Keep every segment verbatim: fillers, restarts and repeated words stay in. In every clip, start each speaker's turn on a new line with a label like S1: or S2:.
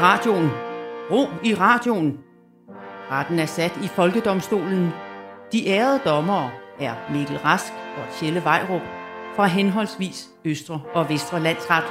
S1: radioen. Ro i radioen. Retten er sat i Folkedomstolen. De ærede dommere er Mikkel Rask og Tjelle Vejrup fra henholdsvis Østre og Vestre Landsret.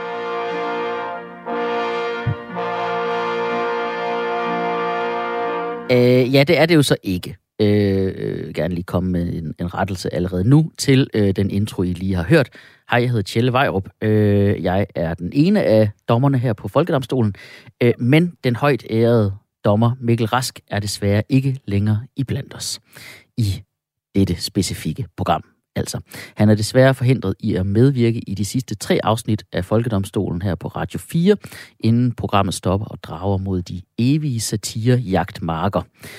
S2: Øh, ja, det er det jo så ikke. Øh, gerne lige komme med en, en rettelse allerede nu til øh, den intro, I lige har hørt. Hej, jeg hedder Tjelle Vejrup. Øh, jeg er den ene af dommerne her på Folkedomstolen, øh, men den højt ærede dommer Mikkel Rask er desværre ikke længere iblandt os i dette specifikke program. Altså, han er desværre forhindret i at medvirke i de sidste tre afsnit af Folkedomstolen her på Radio fire, inden programmet stopper og drager mod de evige satire-jagtmarker.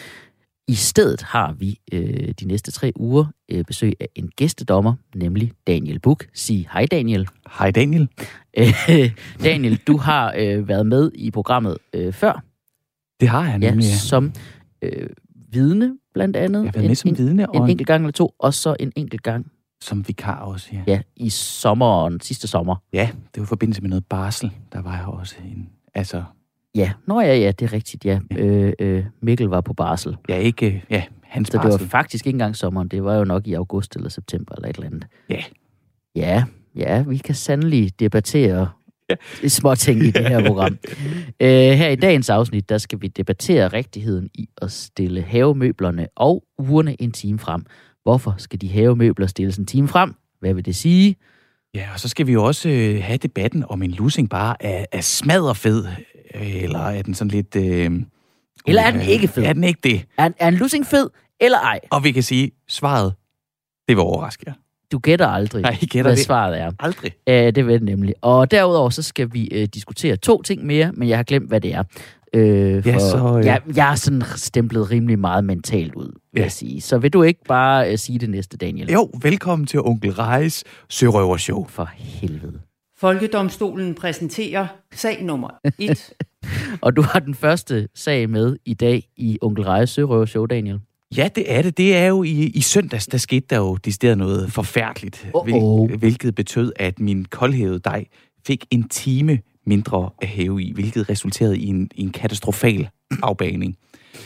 S2: I stedet har vi øh, de næste tre uger øh, besøg af en gæstedommer, nemlig Daniel Buch. Sig hej, Daniel.
S3: Hej, Daniel.
S2: Øh, Daniel, du har øh, været med i programmet øh, før.
S3: Det har jeg nemlig,
S2: ja.
S3: ja.
S2: Som øh, vidne, blandt andet.
S3: Jeg har været med som vidne.
S2: En, en enkelt gang eller to, og så en enkelt gang.
S3: Som vikar også, ja.
S2: Ja, i sommeren, sidste sommer.
S3: Ja, det var i forbindelse med noget barsel. Der var jeg også en, altså...
S2: Ja, nå ja, ja, det er rigtigt, ja. ja. Øh, øh, Mikkel var på barsel.
S3: Ja, ikke, ja, hans
S2: så
S3: barsel.
S2: Så det var faktisk ikke engang sommeren, det var jo nok i august eller september eller et eller andet.
S3: Ja.
S2: Ja, ja, vi kan sandelig debattere ja. små ting i det her program. øh, her i dagens afsnit, der skal vi debattere rigtigheden i at stille havemøblerne og urene en time frem. Hvorfor skal de havemøbler stilles en time frem? Hvad vil det sige?
S3: Ja, og så skal vi jo også øh, have debatten om en lussing bare er, er smadderfed, eller er den sådan lidt... Øh,
S2: eller er den ikke fed?
S3: Er den ikke det?
S2: Er, er en lussing fed, eller ej?
S3: Og vi kan sige, svaret, det vil overraske jer.
S2: Du gætter aldrig,
S3: Nej, I gætter
S2: hvad
S3: det.
S2: svaret er.
S3: Aldrig.
S2: Æh, det vil det nemlig. Og derudover, så skal vi øh, diskutere to ting mere, men jeg har glemt, hvad det er. Øh, for
S3: ja, så, øh...
S2: jeg, jeg er sådan stemplet rimelig meget mentalt ud, vil ja. jeg sige. Så vil du ikke bare øh, sige det næste, Daniel?
S3: Jo, velkommen til Onkel Reis Sørøvershow.
S2: For helvede.
S1: Folkedomstolen præsenterer sag nummer et.
S2: Og du har den første sag med i dag i Onkel Reis Sørøvershow, Daniel.
S3: Ja, det er det. Det er jo i, i søndags, der skete der jo decideret noget forfærdeligt,
S2: Uh-oh.
S3: hvil, hvilket betød, at min koldhævede dej fik en time mindre at hæve i, hvilket resulterede i en, i en katastrofal afbaning.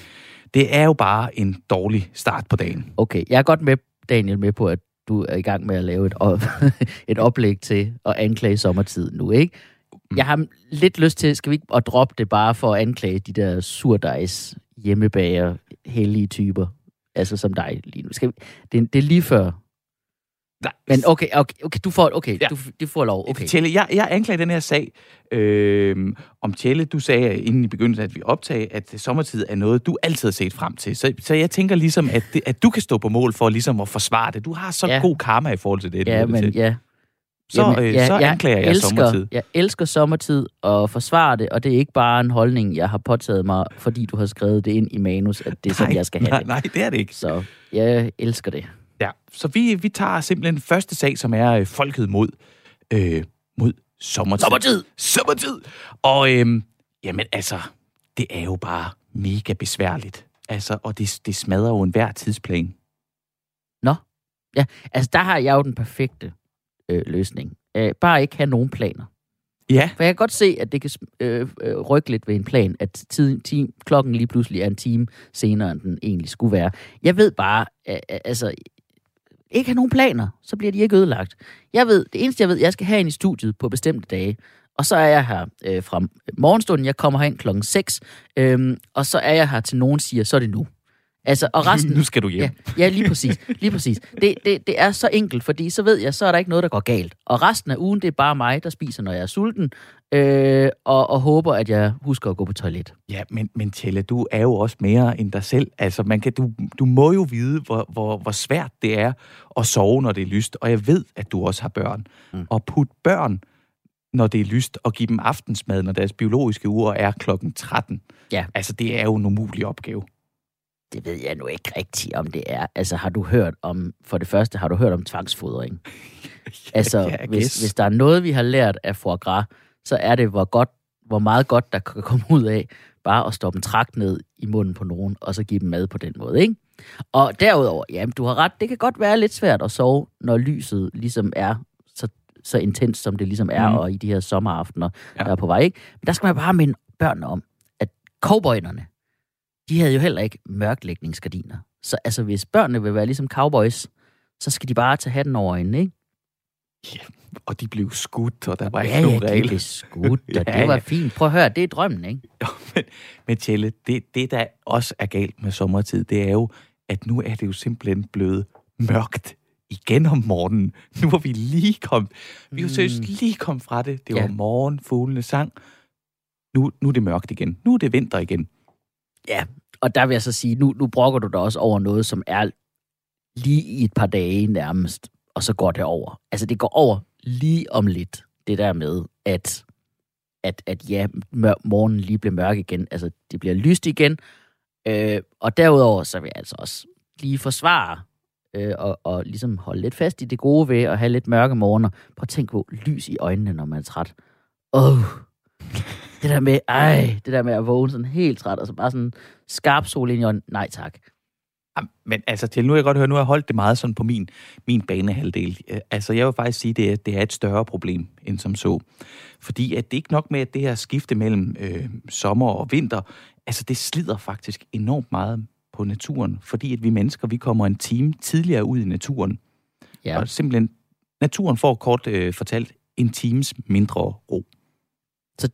S3: Det er jo bare en dårlig start på dagen.
S2: Okay, jeg er godt med, Daniel, med på, at du er i gang med at lave et, op, et oplæg til at anklage sommertid nu, ikke? Jeg har lidt lyst til, skal vi ikke at droppe det bare for at anklage de der surdejs hjemmebager, hellige typer, altså som dig lige nu. Skal vi, det, det er lige før.
S3: Nej.
S2: Men okay, okay, okay du får, okay,
S3: ja.
S2: du, du får lov. Okay.
S3: Tjelle, jeg, jeg anklager den her sag øh, om Tjelle. Du sagde inden i begyndelsen, at vi optager, at sommertid er noget, du altid har set frem til. Så, så jeg tænker ligesom, at, det, at du kan stå på mål for ligesom at forsvare det. Du har så
S2: ja.
S3: god karma i forhold til det.
S2: Ja, men
S3: til.
S2: ja.
S3: Så,
S2: Jamen,
S3: øh,
S2: ja,
S3: så anklager jeg, jeg
S2: elsker,
S3: sommertid.
S2: Jeg elsker sommertid og forsvarer det, og det er ikke bare en holdning, jeg har påtaget mig, fordi du har skrevet det ind i manus, at det er sådan, jeg skal have
S3: nej,
S2: det.
S3: Nej, det er det ikke.
S2: Så jeg elsker det.
S3: Ja, så vi, vi tager simpelthen første sag, som er øh, folket mod, øh, mod sommertid.
S2: Sommertid!
S3: Sommertid! Og øh, jamen altså, det er jo bare mega besværligt. Altså, og det, det smadrer jo enhver tidsplan.
S2: Nå, ja, altså der har jeg jo den perfekte øh, løsning. Øh, bare ikke have nogen planer.
S3: Ja.
S2: For jeg kan godt se, at det kan øh, øh, rykke lidt ved en plan, at tid, time, klokken lige pludselig er en time senere, end den egentlig skulle være. Jeg ved bare, øh, altså, ikke have nogen planer, så bliver de ikke ødelagt. Jeg ved, det eneste jeg ved, jeg skal have en i studiet på bestemte dage, og så er jeg her øh, fra morgenstunden, jeg kommer herind klokken seks, øh, og så er jeg her til nogen siger, så er det nu. Altså, og resten...
S3: Nu skal du hjem.
S2: Ja, ja lige præcis. Lige præcis. Det, det, det er så enkelt, fordi så ved jeg, så er der ikke noget, der går galt. Og resten af ugen, det er bare mig, der spiser, når jeg er sulten, øh, og, og håber, at jeg husker at gå på toilet.
S3: Ja, men, men Tjelle, du er jo også mere end dig selv. Altså, man kan, du, du må jo vide, hvor, hvor, hvor svært det er at sove, når det er lyst. Og jeg ved, at du også har børn. Mm. Og putte børn, når det er lyst, og give dem aftensmad, når deres biologiske uger er klokken tretten.
S2: Ja.
S3: Altså, det er jo en umulig opgave.
S2: Det ved jeg nu ikke rigtigt, om det er. Altså, har du hørt om, for det første, har du hørt om tvangsfodring? Altså,
S3: ja,
S2: hvis, hvis der er noget, vi har lært af foie gras, så er det, hvor, godt, hvor meget godt, der kan komme ud af, bare at stoppe en trakt ned i munden på nogen, og så give dem mad på den måde, ikke? Og derudover, jamen, du har ret, det kan godt være lidt svært at sove, når lyset ligesom er så, så intens, som det ligesom er, mm. og i de her sommeraftener, ja. der er på vej, ikke? Men der skal man bare minde børnene om, at cowboyderne, de havde jo heller ikke mørklægningsgardiner. Så altså, hvis børnene vil være ligesom cowboys, så skal de bare tage hatten over øjnene, ikke?
S3: Ja, og de blev skudt, og der var
S2: ja,
S3: ikke nogen
S2: ja,
S3: regler.
S2: de blev skudt, og
S3: ja,
S2: det var
S3: ja.
S2: fint. Prøv at høre, det er drømmen, ikke?
S3: Jo, men, men Tjelle, det, det, der også er galt med sommertid, det er jo, at nu er det jo simpelthen blevet mørkt igen om morgenen. Nu var vi lige kommet, vi var seriøst lige kommet fra det. Det var
S2: Ja.
S3: morgen, fuglene sang. Nu, nu er det mørkt igen. Nu er det vinter igen.
S2: Ja, og der vil jeg så sige, nu, nu brokker du dig også over noget, som er lige i et par dage nærmest, og så går det over. Altså, det går over lige om lidt, det der med, at, at, at ja, mør, morgenen lige bliver mørk igen. Altså, det bliver lyst igen. Øh, og derudover, så vil jeg altså også lige forsvare øh, og, og ligesom holde lidt fast i det gode ved at have lidt mørke morgener. Prøv at tænke på lys i øjnene, når man er træt. Åh, oh, det der med, ej, det der med at vågne sådan helt træt, og så bare sådan skarp sol ind i øjnene. Nej, tak.
S3: Men altså, til nu har jeg godt høre, nu har jeg holdt det meget sådan på min, min banehalvdel. Altså, jeg vil faktisk sige, det er, det er et større problem end som så. Fordi at det er ikke nok med, at det her skifte mellem øh, sommer og vinter, altså det slider faktisk enormt meget på naturen, fordi at vi mennesker, vi kommer en time tidligere ud i naturen.
S2: Ja.
S3: Og simpelthen, naturen får kort øh, fortalt en times mindre ro.
S2: Så,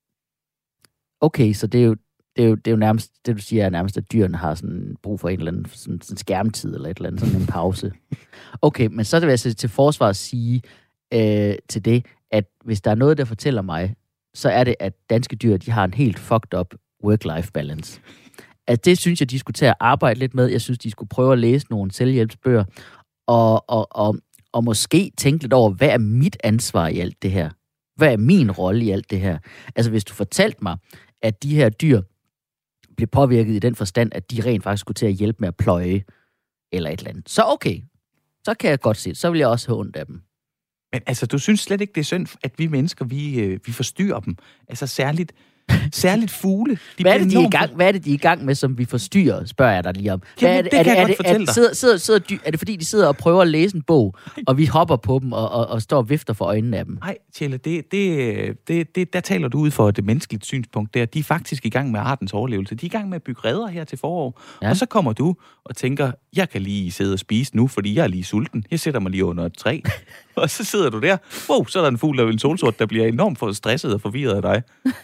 S2: okay, så det er jo Det er, jo, det er jo nærmest, det du siger er nærmest, at dyrene har sådan brug for en eller anden sådan, sådan skærmtid, eller et eller andet, sådan en pause. Okay, men så vil jeg så til forsvar sige øh, til det, at hvis der er noget, der fortæller mig, så er det, at danske dyr, de har en helt fucked up work-life balance. At det synes jeg, de skulle tage at arbejde lidt med. Jeg synes, de skulle prøve at læse nogle selvhjælpsbøger, og, og, og, og måske tænke lidt over, hvad er mit ansvar i alt det her? Hvad er min rolle i alt det her? Altså, hvis du fortalte mig, at de her dyr bliver påvirket i den forstand, at de rent faktisk skulle til at hjælpe med at pløje eller et eller andet. Så okay, så kan jeg godt se det. Så vil jeg også have ondt af dem.
S3: Men altså, du synes slet ikke, det er synd, at vi mennesker, vi, øh, vi forstyrrer dem. Altså særligt, særligt fugle. De
S2: hvad, er det, de er i
S3: enormt...
S2: gang, hvad er det, de er i gang med, som vi forstyrrer, spørger jeg dig lige om. Hvad
S3: Jamen,
S2: er det,
S3: det
S2: er
S3: kan
S2: det,
S3: jeg
S2: er
S3: godt
S2: det,
S3: fortælle
S2: er,
S3: dig.
S2: sidder, sidder, sidder, dy- er det fordi, de sidder og prøver at læse en bog, og vi hopper på dem og, og, og står og vifter for øjnene af dem?
S3: Nej, Tjelle, det, det, det, det, der taler du ud for det menneskelige synspunkt der. De er faktisk i gang med artens overlevelse. De er i gang med at bygge reder her til forår. Ja. Og så kommer du og tænker, jeg kan lige sidde og spise nu, fordi jeg er lige sulten. Jeg sætter mig lige under et træ. Og så sidder du der. Wow, så er der en fugl, der er en solsort, der bliver enormt for stresset og forvirret af dig.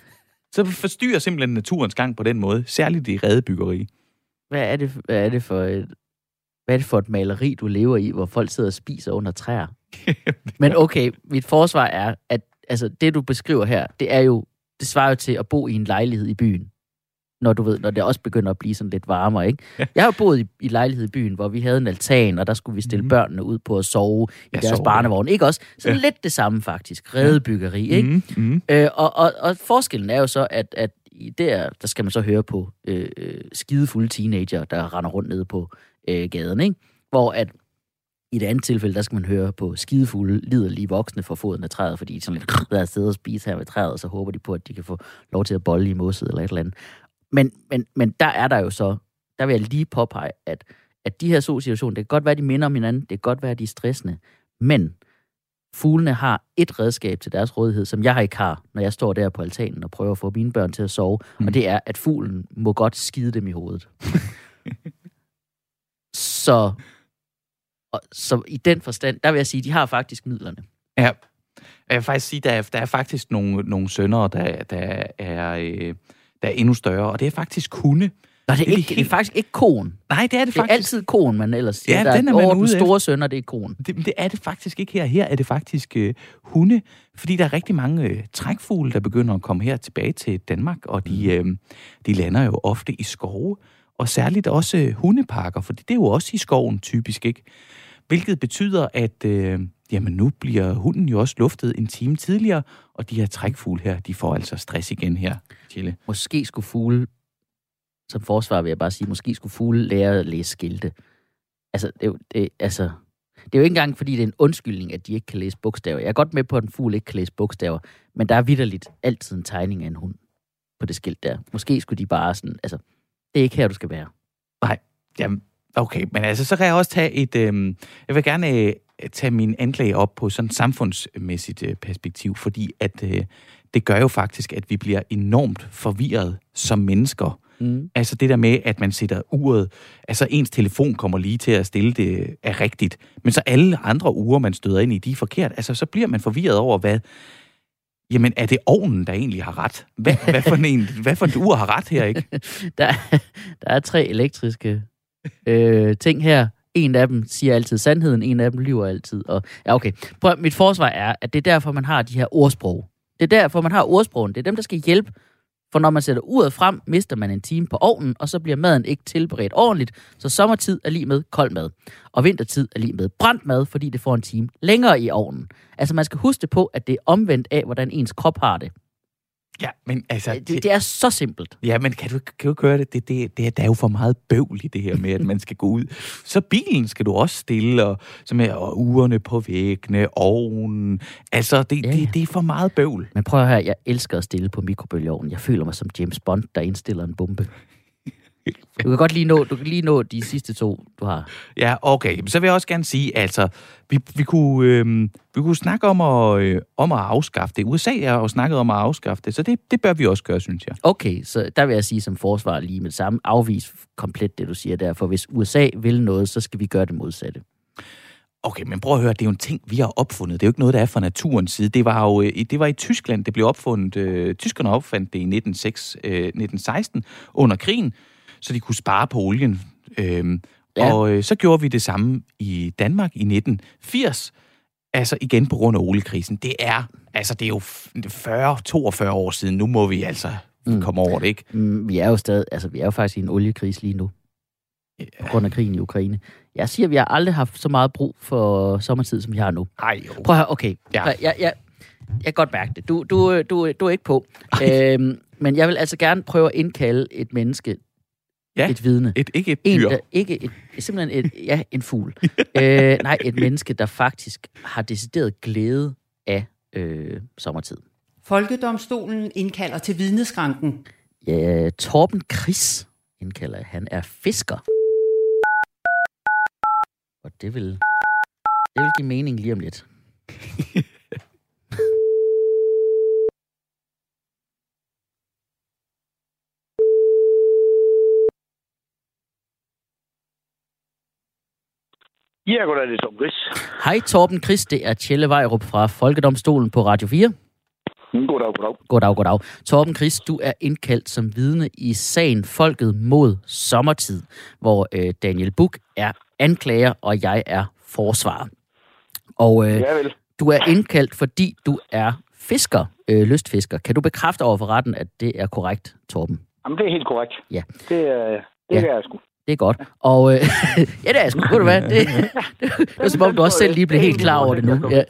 S3: Så forstyrrer simpelthen naturens gang på den måde, særligt i redebyggeri.
S2: Hvad er det, hvad er det for et, hvad er det for et maleri, du lever i, hvor folk sidder og spiser under træer? Men okay, mit forsvar er, at altså, det, du beskriver her, det er jo, det svarer jo til at bo i en lejlighed i byen. Når du ved, når det også begynder at blive sådan lidt varmere, ikke?
S3: Ja.
S2: Jeg har boet i, i lejlighed i byen, hvor vi havde en altan, og der skulle vi stille mm. børnene ud på at sove i
S3: ja,
S2: deres
S3: sove,
S2: barnevogn. Ikke også? Så
S3: ja.
S2: lidt det samme faktisk. Redebyggeri, ikke?
S3: Mm, mm.
S2: Øh, og, og, og forskellen er jo så, at, at der, der skal man så høre på øh, skidefulde teenager, der render rundt nede på øh, gaden, ikke? Hvor at i et andet tilfælde, der skal man høre på skidefulde, liderlige voksne for foden af træet, fordi de sådan lidt der er stedet og spise her ved træet, og så håber de på, at de kan få lov til at bolle i mosset eller et eller andet. Men, men, men der er der jo så, der vil jeg lige påpege, at, at de her to situationer, det kan godt være, de minder om hinanden, det kan godt være, de er stressende, men fuglene har et redskab til deres rådighed, som jeg ikke har, når jeg står der på altanen og prøver at få mine børn til at sove, mm. og det er, at fuglen må godt skide dem i hovedet. så, og, så i den forstand, der vil jeg sige, de har faktisk midlerne.
S3: Ja, jeg vil faktisk sige, der er, der er faktisk nogle, nogle sønner, der, der, er, øh, der er endnu større, og det er faktisk hunde.
S2: Nå, det er,
S3: det er
S2: ikke,
S3: helt...
S2: det er faktisk ikke koen.
S3: Nej, det er det,
S2: det
S3: faktisk.
S2: Det er altid koen, man ellers siger.
S3: Ja,
S2: der
S3: den er
S2: er
S3: man
S2: over
S3: ude
S2: den store
S3: efter.
S2: sønner, det er koen.
S3: Det, det er det faktisk ikke her. Her er det faktisk øh, hunde, fordi der er rigtig mange øh, trækfugle, der begynder at komme her tilbage til Danmark, og de, øh, de lander jo ofte i skove, og særligt også øh, hundeparker, for det er jo også i skoven typisk, ikke? Hvilket betyder, at øh, jamen, nu bliver hunden jo også luftet en time tidligere, og de her trækfugle her, de får altså stress igen her, Tjelle.
S2: Måske skulle fugle, som forsvar vil jeg bare sige, måske skulle fugle lære at læse skilte. Altså, det er jo, det, altså, det er jo ikke engang, fordi det er en undskyldning, at de ikke kan læse bogstaver. Jeg er godt med på, at en fugl ikke kan læse bogstaver, men der er vitterligt altid en tegning af en hund på det skilt der. Måske skulle de bare sådan, altså, det er ikke her, du skal være.
S3: Nej, jamen, okay, men altså, så kan jeg også tage et, øh, jeg vil gerne øh, tage min anklage op på sådan et samfundsmæssigt øh, perspektiv, fordi at øh, det gør jo faktisk, at vi bliver enormt forvirret som mennesker. Mm. Altså det der med, at man sætter uret, altså ens telefon kommer lige til at stille det er rigtigt, men så alle andre ure, man støder ind i, de er forkert. Altså så bliver man forvirret over, hvad, jamen er det ovnen, der egentlig har ret? Hvad, hvad, for, en, hvad for et ur har ret her, ikke?
S2: der, der er tre elektriske øh, ting her. En af dem siger altid sandheden, en af dem lyver altid. Og, ja, okay. Prøv, mit forsvar er, at det er derfor, man har de her ordsprog. Det er derfor, man har ordsprogen. Det er dem, der skal hjælpe. For når man sætter uret frem, mister man en time på ovnen, og så bliver maden ikke tilberedt ordentligt. Så sommertid er lige med kold mad. Og vintertid er lige med brændt mad, fordi det får en time længere i ovnen. Altså, man skal huske på, at det er omvendt af, hvordan ens krop har det.
S3: Ja, men altså...
S2: Det, det er så simpelt.
S3: Ja, men kan du, kan du gøre det? Det, det, det? Der er jo for meget bøvl i det her med, at man skal gå ud. Så bilen skal du også stille, og, så med, og urene på væggene, ovnen. Altså, det, ja, ja. Det, det er for meget bøvl.
S2: Men prøv at høre, jeg elsker at stille på mikrobølgeovnen. Jeg føler mig som James Bond, der indstiller en bombe. Du kan godt lige nå, du kan lige nå de sidste to, du har.
S3: Ja, okay. Så vil jeg også gerne sige, altså, vi, vi, kunne, øh, vi kunne snakke om at, øh, om at afskaffe det. U S A har jo snakket om at afskaffe det, så det, det bør vi også gøre, synes jeg.
S2: Okay, så der vil jeg sige som forsvar lige med det samme. Afvis komplet det, du siger der, for hvis U S A vil noget, så skal vi gøre det modsatte.
S3: Okay, men prøv at høre, det er jo en ting, vi har opfundet. Det er jo ikke noget, der er fra naturens side. Det var jo det var i Tyskland, det blev opfundet. Øh, tyskerne opfandt det i nitten seksten under krigen, så de kunne spare på olien. Øhm, ja. Og øh, så gjorde vi det samme i Danmark i nitten firs. Altså igen på grund af oliekrisen. Det er, altså det er jo fyrre til toogfyrre år siden. Nu må vi altså mm. komme over det, ikke?
S2: Mm, vi er jo stadig, altså vi er jo faktisk i en oliekrise lige nu. Ja. På grund af krigen i Ukraine. Jeg siger, at vi har aldrig haft så meget brug for sommertid, som vi har nu.
S3: Ej, jo.
S2: Prøv at høre, okay. Ja. Jeg, jeg, jeg, jeg kan godt mærke det. Du, du, du, du er ikke på. Øhm, men jeg vil altså gerne prøve at indkalde et menneske. Ja, et vidne.
S3: Et, ikke et dyr.
S2: En, der, ikke et, simpelthen et, ja, en fugl. øh, nej, et menneske, der faktisk har decideret glæde af øh, sommertid.
S1: Folkedomstolen indkalder til vidneskranken.
S2: Ja, Torben Chris indkalder. Han er fisker. Og det vil, det vil give mening lige om lidt.
S4: Ja, goddag, det er Torben Chris.
S2: Hej Torben Chris, det er Tjelle Vejrup fra Folkedomstolen på Radio fire.
S4: Goddag, goddag.
S2: Goddag, goddag. Torben Chris, du er indkaldt som vidne i sagen Folket mod sommertid, hvor øh, Daniel Buch er anklager, og jeg er forsvarer. Og øh,
S4: ja, vel.
S2: Du er indkaldt, fordi du er fisker, øh, lystfisker. Kan du bekræfte over for retten, at det er korrekt, Torben?
S4: Jamen, det er helt korrekt.
S2: Ja.
S4: Det, øh, det ja. er jeg sgu.
S2: Det er godt. Og øh, ja, det er sgu. Ved du hvad? Det, det, det er som om, du også selv lige blev helt klar over det nu. Ja.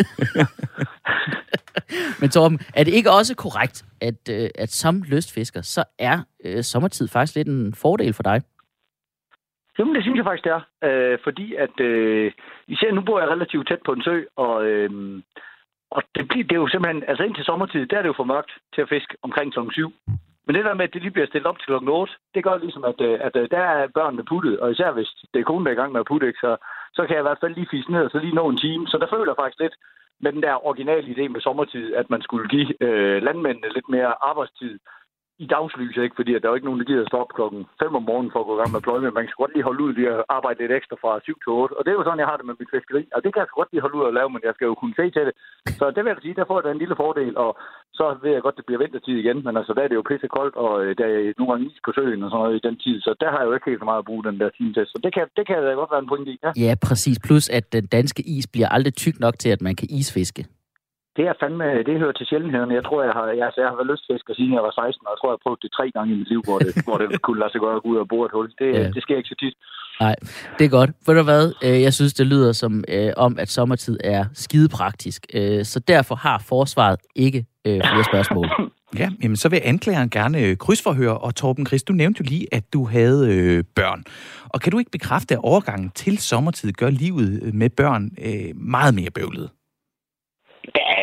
S2: Men Torben, er det ikke også korrekt, at, øh, at som lystfisker, så er øh, sommertid faktisk lidt en fordel for dig?
S4: Jamen, det synes jeg faktisk, det er. Øh, fordi at, øh, især nu bor jeg relativt tæt på en sø, og, øh, og det, bliver, det er jo simpelthen, altså indtil sommertid, der er det jo for mørkt til at fiske omkring klokken syv. Men det der med, at det lige bliver stillet op til klokken otte, det gør ligesom, at, at, at der er børnene puttet, og især hvis det er konen, der er i gang med at putte, ikke, så, så kan jeg i hvert fald lige fiske ned og så lige nå en time. Så der føler jeg faktisk lidt med den der originale idé med sommertid, at man skulle give øh, landmændene lidt mere arbejdstid i dagslys, ikke? Fordi at der er jo ikke nogen, der gider at stå op klokken fem om morgenen for at gå i gang med at pløje, men man kan godt lige holde ud lige at arbejde lidt ekstra fra syv til otte. Og det er jo sådan, jeg har det med mit fiskeri. Og det kan jeg godt lige holde ud at lave, men jeg skal jo kunne se til det. Så det vil jeg sige, der får jeg en lille fordel, og så ved jeg godt, det bliver vintertid igen, men altså der er det jo pisse koldt, og der er nogle gange is på søen og sådan noget i den tid, så der har jeg jo ikke helt så meget at bruge den der time til. Så det kan, det kan da godt være en pointe i. Ja.
S2: Ja, præcis. Plus at den danske is bliver aldrig tyk nok til, at man kan isfiske.
S4: Det er fandme, det hører til sjældenhederne. Jeg tror, jeg har, jeg, altså, jeg har været lystfisker siden jeg var seksten, og jeg tror, jeg har prøvet det tre gange i mit liv, hvor det, hvor det kunne lade sig gøre at gå ud og bore et hul. Det, ja. det sker ikke så tit.
S2: Nej, det er godt. Ved du hvad? Jeg synes, det lyder som øh, om, at sommertid er skidepraktisk. Øh, så derfor har forsvaret ikke øh, flere spørgsmål.
S3: Ja, jamen, så vil anklageren gerne krydsforhøre, og Torben Chris, du nævnte jo lige, at du havde øh, børn. Og kan du ikke bekræfte, at overgangen til sommertid gør livet med børn øh, meget mere bøvlet?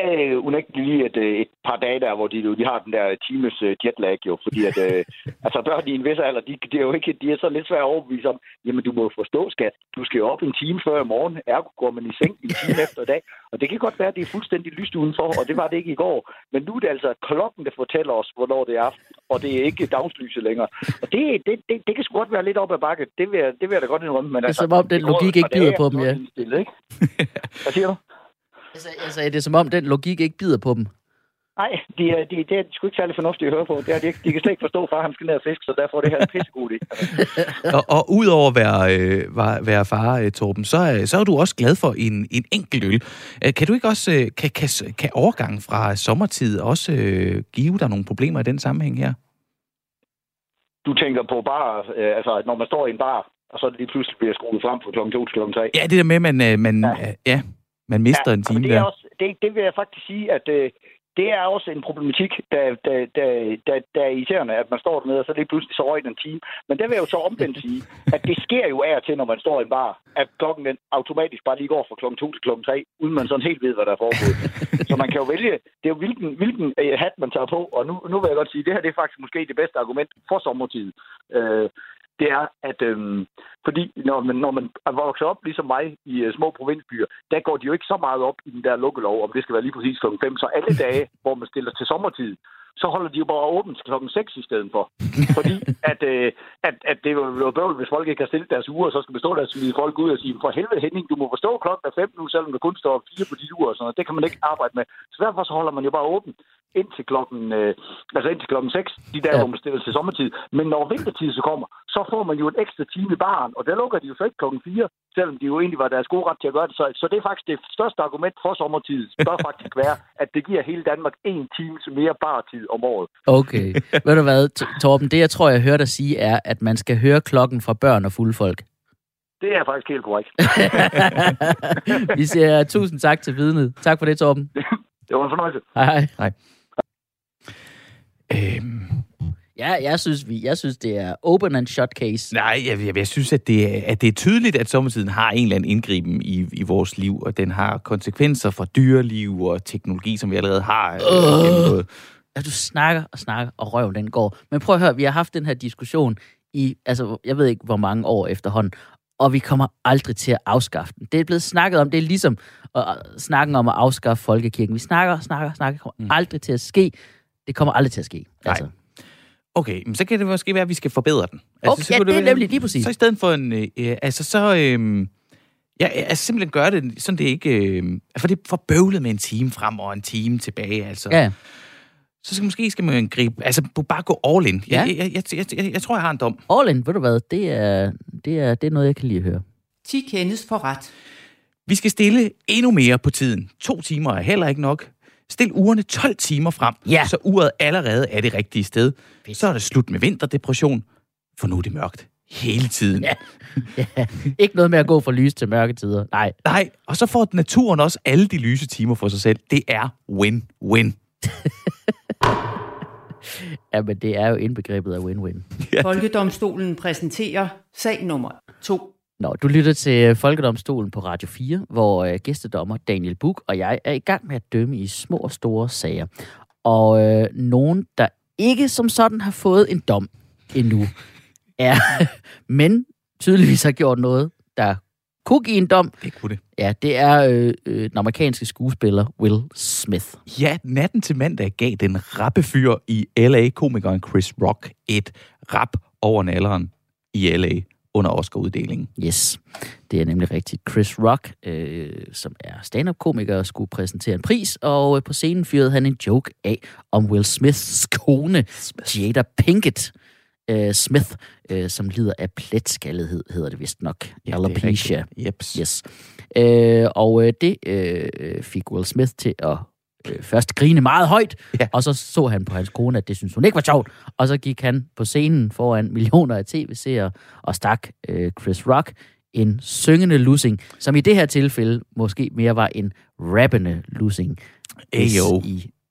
S4: havde unægteligt lige et, et par dage der, hvor de, de har den der times jetlag jo, fordi at, øh, altså børn i en vis alder, de, de, er jo ikke, de er så lidt svært at overbevise om, jamen du må forstå, skat, du skal jo op en time før i morgen, ergo går man i seng en time efter i dag, og det kan godt være, at det er fuldstændig lyst udenfor, og det var det ikke i går, men nu er det altså klokken, der fortæller os, hvornår det er aften, og det er ikke dagslyset længere. Og det, det, det, det kan sgu godt være lidt op ad bakke, det vil jeg, det vil jeg da godt indrømme. Men
S2: det er
S4: altså,
S2: som om den logik ikke bider på dem, ja.
S4: Stille, ikke? Hvad siger du?
S2: Altså, altså, er det som om den logik ikke bider på dem?
S4: Nej, de, de, det er sgu ikke særlig fornuftigt at høre på. Det er, de, de kan slet ikke forstå, far han skal ned og fisk, så derfor er det her en pissegod idé.
S3: og, og udover at være, øh, være far, øh, Torben, så, øh, så er du også glad for en, en enkelt øl. Øh, kan du ikke også, øh, kan, kan, kan overgangen fra sommertid også øh, give dig nogle problemer i den sammenhæng her?
S4: Du tænker på bar, øh, altså når man står i en bar, og så er det lige pludselig bliver skruet frem fra klokken to til klokken tre.
S3: Ja, det der med, man, øh, man, ja. Øh, ja, man mister ja, en time
S4: det er
S3: der.
S4: Også, det, det vil jeg faktisk sige, at øh, det er også en problematik, der, der, der, der, der er irriterende, at man står dernede, og så lige pludselig så røg en time. Men det vil jeg jo så omvendt sige, at det sker jo af og til, når man står i en bar, at klokken den automatisk bare lige går fra klokken to til klokken tre, uden man sådan helt ved, hvad der er foregået. Så man kan jo vælge, det er jo hvilken, hvilken hat man tager på, og nu, nu vil jeg godt sige, at det her det er faktisk måske det bedste argument for sommertid. Øh, det er, at øhm, fordi når man, når man er vokset op ligesom mig i uh, små provinsbyer, der går de jo ikke så meget op i den der lukkelov, om det skal være lige præcis klokken fem. Så alle dage, hvor man stiller til sommertid, så holder de jo bare åbent klokken seks i stedet for. Fordi at, øh, at, at det er jo bøvl, hvis folk ikke har stillet deres uger, så skal man stå der og smide folk ud og sige, for helvede Henning, du må forstå klokken er fem nu, selvom der kun står fire på de uger og sådan noget. Det kan man ikke arbejde med. Så derfor så holder man jo bare åbent indtil klokken, øh, altså indtil klokken seks, de dage, ja. Hvor man stiller til sommertid. Men når vintertid så kommer, så får man jo en ekstra time i baren, og der lukker de jo så ikke klokken fire, selvom de jo egentlig var deres gode ret til at gøre det. Så, så det er faktisk det største argument for sommertid, bør faktisk være, at det giver hele Danmark en time mere bartid om året.
S2: Okay. Ved du hvad, Torben, det jeg tror, jeg hørte dig sige, er, at man skal høre klokken fra børn og fulde folk.
S4: Det er faktisk helt korrekt.
S2: Vi siger tusind tak til vidnet. Tak for det, Torben.
S4: Det var en fornøjelse.
S2: Hej, hej.
S3: Hej. Øhm.
S2: Ja, jeg synes, vi, jeg synes, det er open and shut case.
S3: Nej, jeg, jeg, jeg synes, at det, at det er tydeligt, at sommertiden har en eller anden indgriben i, i vores liv, og den har konsekvenser for dyreliv og teknologi, som vi allerede har øh, gennemgået.
S2: Ja, du snakker og snakker, og røven den går. Men prøv at høre, vi har haft den her diskussion i, altså, jeg ved ikke, hvor mange år efterhånden, og vi kommer aldrig til at afskaffe den. Det er blevet snakket om, det er ligesom uh, snakken om at afskaffe folkekirken. Vi snakker, snakker, snakker, kommer mm. aldrig til at ske. Det kommer aldrig til at ske. Altså.
S3: Nej. Okay, men så kan det måske være, at vi skal forbedre den. Altså,
S2: Okay, så ja, det, det er nemlig lige præcis.
S3: Så i stedet for en, øh, altså så, øh, ja, altså simpelthen gøre det, sådan det ikke, øh, for det er for bøvlet med en time frem og en time tilbage, altså.
S2: Ja.
S3: Så skal, måske skal man gribe, altså bare gå all in.
S2: Ja.
S3: Jeg, jeg, jeg, jeg, jeg, jeg tror, jeg har en dom.
S2: All in, ved du hvad, det er, det er, det er noget, jeg kan lide at høre.
S1: ti kendes for ret.
S3: Vi skal stille endnu mere på tiden. To timer er heller ikke nok. Stil ugerne tolv timer frem,
S2: ja.
S3: Så uret allerede er det rigtige sted. Så er det slut med vinterdepression, for nu er det mørkt hele tiden.
S2: Ja. Ja. Ikke noget med at gå fra lys til mørke tider. Nej.
S3: Nej, og så får naturen også alle de lyse timer for sig selv. Det er win-win.
S2: Ja, men det er jo indbegrebet af win-win.
S1: Ja. Folkedomstolen præsenterer sag nummer to.
S2: Nå, du lytter til Folkedomstolen på Radio fire, hvor øh, gæstedommer Daniel Buch og jeg er i gang med at dømme i små og store sager. Og øh, nogen, der ikke som sådan har fået en dom endnu, er, men tydeligvis har gjort noget, der kunne give en dom.
S3: Det kunne det.
S2: Ja, det er øh, øh, den amerikanske skuespiller Will Smith.
S3: Ja, natten til mandag gav den rappe fyr i L A-komikeren Chris Rock et rap over nalderen i L A under Oscar-uddelingen.
S2: Yes, det er nemlig rigtigt. Chris Rock, øh, som er stand-up-komiker, skulle præsentere en pris, og på scenen fyrede han en joke af om Will Smiths kone, Smith. Jada Pinkett øh, Smith, øh, som lider af pletskaldighed, hedder det vist nok.
S3: Ja,
S2: alopecia.
S3: Jeps.
S2: Yes. Øh, og øh, det øh, fik Will Smith til at øh, først grine meget højt, ja. Og så så han på hans kone, at det synes hun ikke var sjovt, og så gik han på scenen foran millioner af tv-seere og stak øh, Chris Rock en syngende lussing, som i det her tilfælde måske mere var en rappende lussing, hvis
S3: Ayo.
S2: I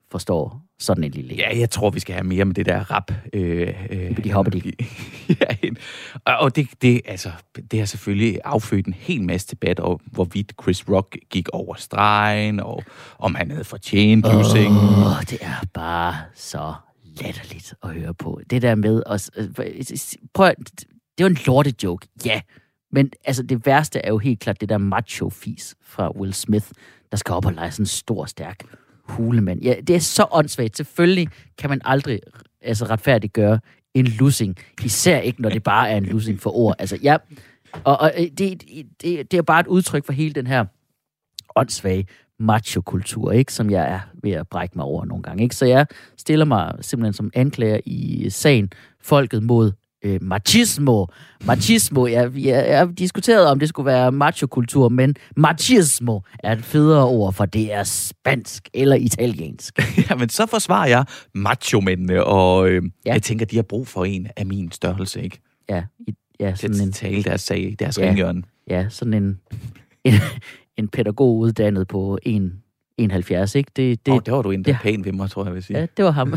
S2: forstår sådan en lille.
S3: Ja, jeg tror, vi skal have mere med det der rap. Øh, øh,
S2: de hopper de.
S3: ja, og det, det, altså, det har selvfølgelig affødt en hel masse debat om, hvorvidt Chris Rock gik over stregen, og om han havde fortjent losing.
S2: Åh, det er bare så latterligt at høre på. Det der med os. Prøv, det var en lortejoke, ja. Men altså, det værste er jo helt klart det der macho-fis fra Will Smith, der skal op og lege sådan en stor, stærk hulemand. Ja, det er så åndssvagt. Selvfølgelig kan man aldrig altså, retfærdiggøre en losing. Især ikke, når det bare er en losing for ord. Altså, ja, og, og det, det, det er bare et udtryk for hele den her åndssvage macho-kultur, ikke? Som jeg er ved at brække mig over nogle gange. Ikke? Så jeg stiller mig simpelthen som anklager i sagen folket mod øh, machismo. Machismo, jeg, jeg, jeg diskuterede, om det skulle være macho-kultur, men machismo er et federe ord, for det er spansk eller italiensk.
S3: Jamen, så forsvarer jeg macho-mændene, og øh,
S2: ja.
S3: jeg tænker, de har brug for en af min størrelse, ikke?
S2: Ja, i, ja sådan
S3: en...
S2: en...
S3: tale deres sag, deres
S2: ja,
S3: ringhjørne.
S2: Ja, sådan en... en en pædagog uddannet på en komma enoghalvfjerds, ikke? Det, det,
S3: oh, det var du endda
S2: ja.
S3: pæn ved mig, tror jeg, vil sige.
S2: Ja, det var ham.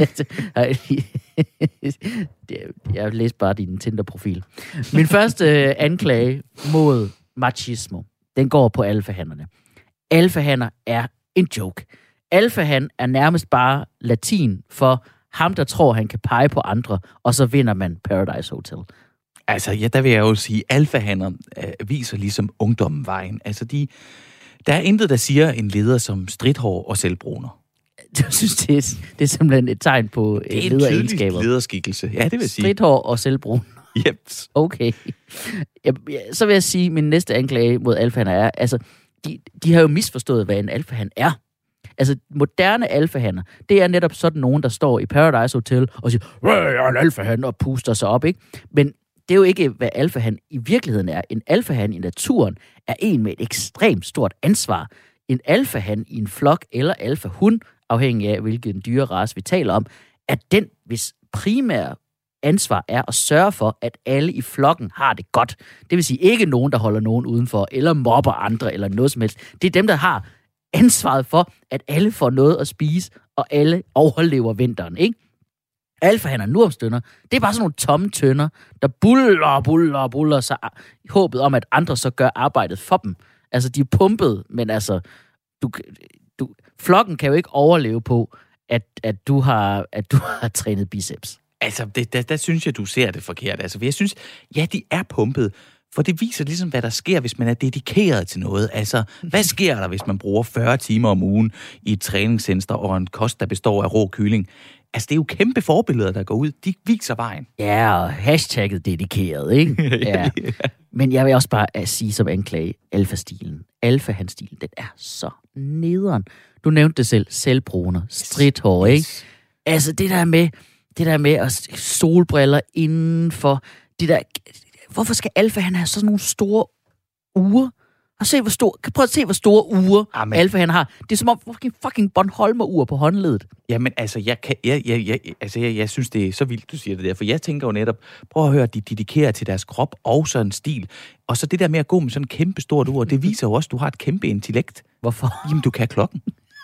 S2: Jeg læste bare din Tinder-profil. Min første anklage mod machismo, den går på alfahannerne. Alfahanner er en joke. Alfahan er nærmest bare latin for ham, der tror, han kan pege på andre, og så vinder man Paradise Hotel.
S3: Altså, ja, der vil jeg jo sige, alfahanner øh, viser ligesom ungdommen vejen. Altså, de, der er intet, der siger en leder som stridthår og selvbruner.
S2: Jeg synes, det er, det er simpelthen et tegn på
S3: det er
S2: lederegenskaber.
S3: Det er en lederskikkelse, ja, det vil sige.
S2: Stridthår og selvbruner.
S3: Yep.
S2: Okay. Ja, så vil jeg sige, at min næste anklage mod alfahanner er, altså, de, de har jo misforstået, hvad en alfahan er. Altså, moderne alfahanner, det er netop sådan nogen, der står i Paradise Hotel og siger, jeg er en alfahan, og puster sig op, ikke? Men det er jo ikke, hvad alfahan i virkeligheden er. En alfahan i naturen er en med et ekstremt stort ansvar. En alfahan i en flok eller alfahund, afhængig af hvilken dyrerace vi taler om, er den, hvis primære ansvar er at sørge for, at alle i flokken har det godt. Det vil sige ikke nogen, der holder nogen udenfor, eller mobber andre, eller noget som helst. Det er dem, der har ansvaret for, at alle får noget at spise, og alle overlever vinteren, ikke? Alfahanner nu omstønder, det er bare sådan nogle tomme tønder, der buller og buller og buller sig i håbet om, at andre så gør arbejdet for dem. Altså, de er pumpet, men altså, du, du, flokken kan jo ikke overleve på, at, at, du, har, at du har trænet biceps.
S3: Altså, det, der, der synes jeg, du ser det forkert. Altså, jeg synes, ja, de er pumpet, for det viser ligesom, hvad der sker, hvis man er dedikeret til noget. Altså, hvad sker der, hvis man bruger fyrre timer om ugen i et træningscenter og en kost, der består af rå kylling? Altså, det er jo kæmpe forbilleder, der går ud. De viser vejen.
S2: Ja, og hashtagget dedikeret, ikke? Ja. Men jeg vil også bare sige som anklage, alfa-stilen. Alfa-han-stilen, den er så nederen. Du nævnte det selv, selvbruner, stridthår, ikke? Altså, det der med, det der med at solbriller indenfor, det der... Hvorfor skal alfa-han have sådan nogle store uger? Og se, hvor stor, prøv at se, hvor store uger Amen. Alfa-han har. Det er som om fucking, fucking Bornholmer-ur på håndledet.
S3: Jamen, altså, jeg, kan, jeg, jeg, jeg, altså jeg, jeg synes, det er så vildt, du siger det der. For jeg tænker jo netop, prøv at høre, de dedikerer til deres krop og sådan en stil. Og så det der med at gå med sådan en kæmpe stort ur, det viser jo også, at du har et kæmpe intellekt.
S2: Hvorfor?
S3: Jamen, du kan klokken.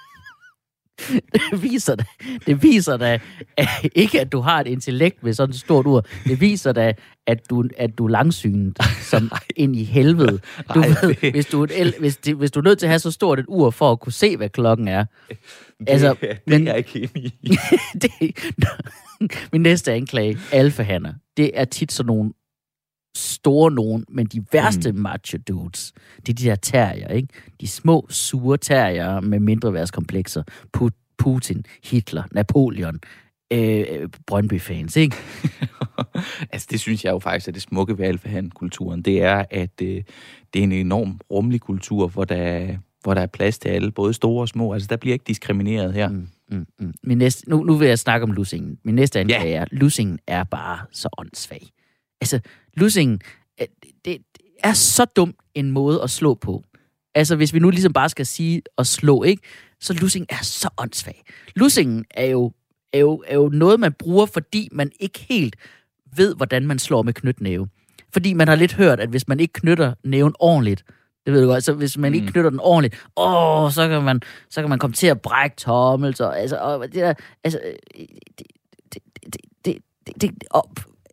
S2: Det viser da, det viser da at ikke, at du har et intellekt med sådan et stort ur. Det viser da, at du, at du er langsynet som ind i helvede. Du
S3: Ej,
S2: ved,
S3: det...
S2: hvis, du et, hvis, det, hvis du er nødt til at have så stort et ur for at kunne se, hvad klokken er.
S3: Det, altså, det men, er jeg ikke enig i.
S2: det, min næste anklage, alfahanner, det er tit sådan nogle store nogen, men de værste mm. macho dudes, det er de der terrier, ikke? De små, sure terrier med mindreværdskomplekser. Put- Putin, Hitler, Napoleon, øh, Brøndby-fans, ikke?
S3: Altså, det synes jeg jo faktisk er det smukke ved alfahan-kulturen. Det er, at øh, det er en enorm rummelig kultur, hvor der, hvor der er plads til alle, både store og små. Altså, der bliver ikke diskrimineret her. Mm,
S2: mm, mm. Min næste, nu, nu vil jeg snakke om losingen. Min næste anklage ja. er, losingen er bare så åndssvag. Altså, losingen, det er så dum en måde at slå på. Altså, hvis vi nu ligesom bare skal sige at slå, ikke? Så losingen er så åndssvag. Losingen er jo, er, jo, er jo noget, man bruger, fordi man ikke helt ved, hvordan man slår med knytnæve. Fordi man har lidt hørt, at hvis man ikke knytter næven ordentligt, Det ved du godt. Så hvis man ikke knytter den ordentligt, åh, så kan man, så kan man komme til at brække tommel. Så, altså, og det der, altså, det, det, det, det, det, det og,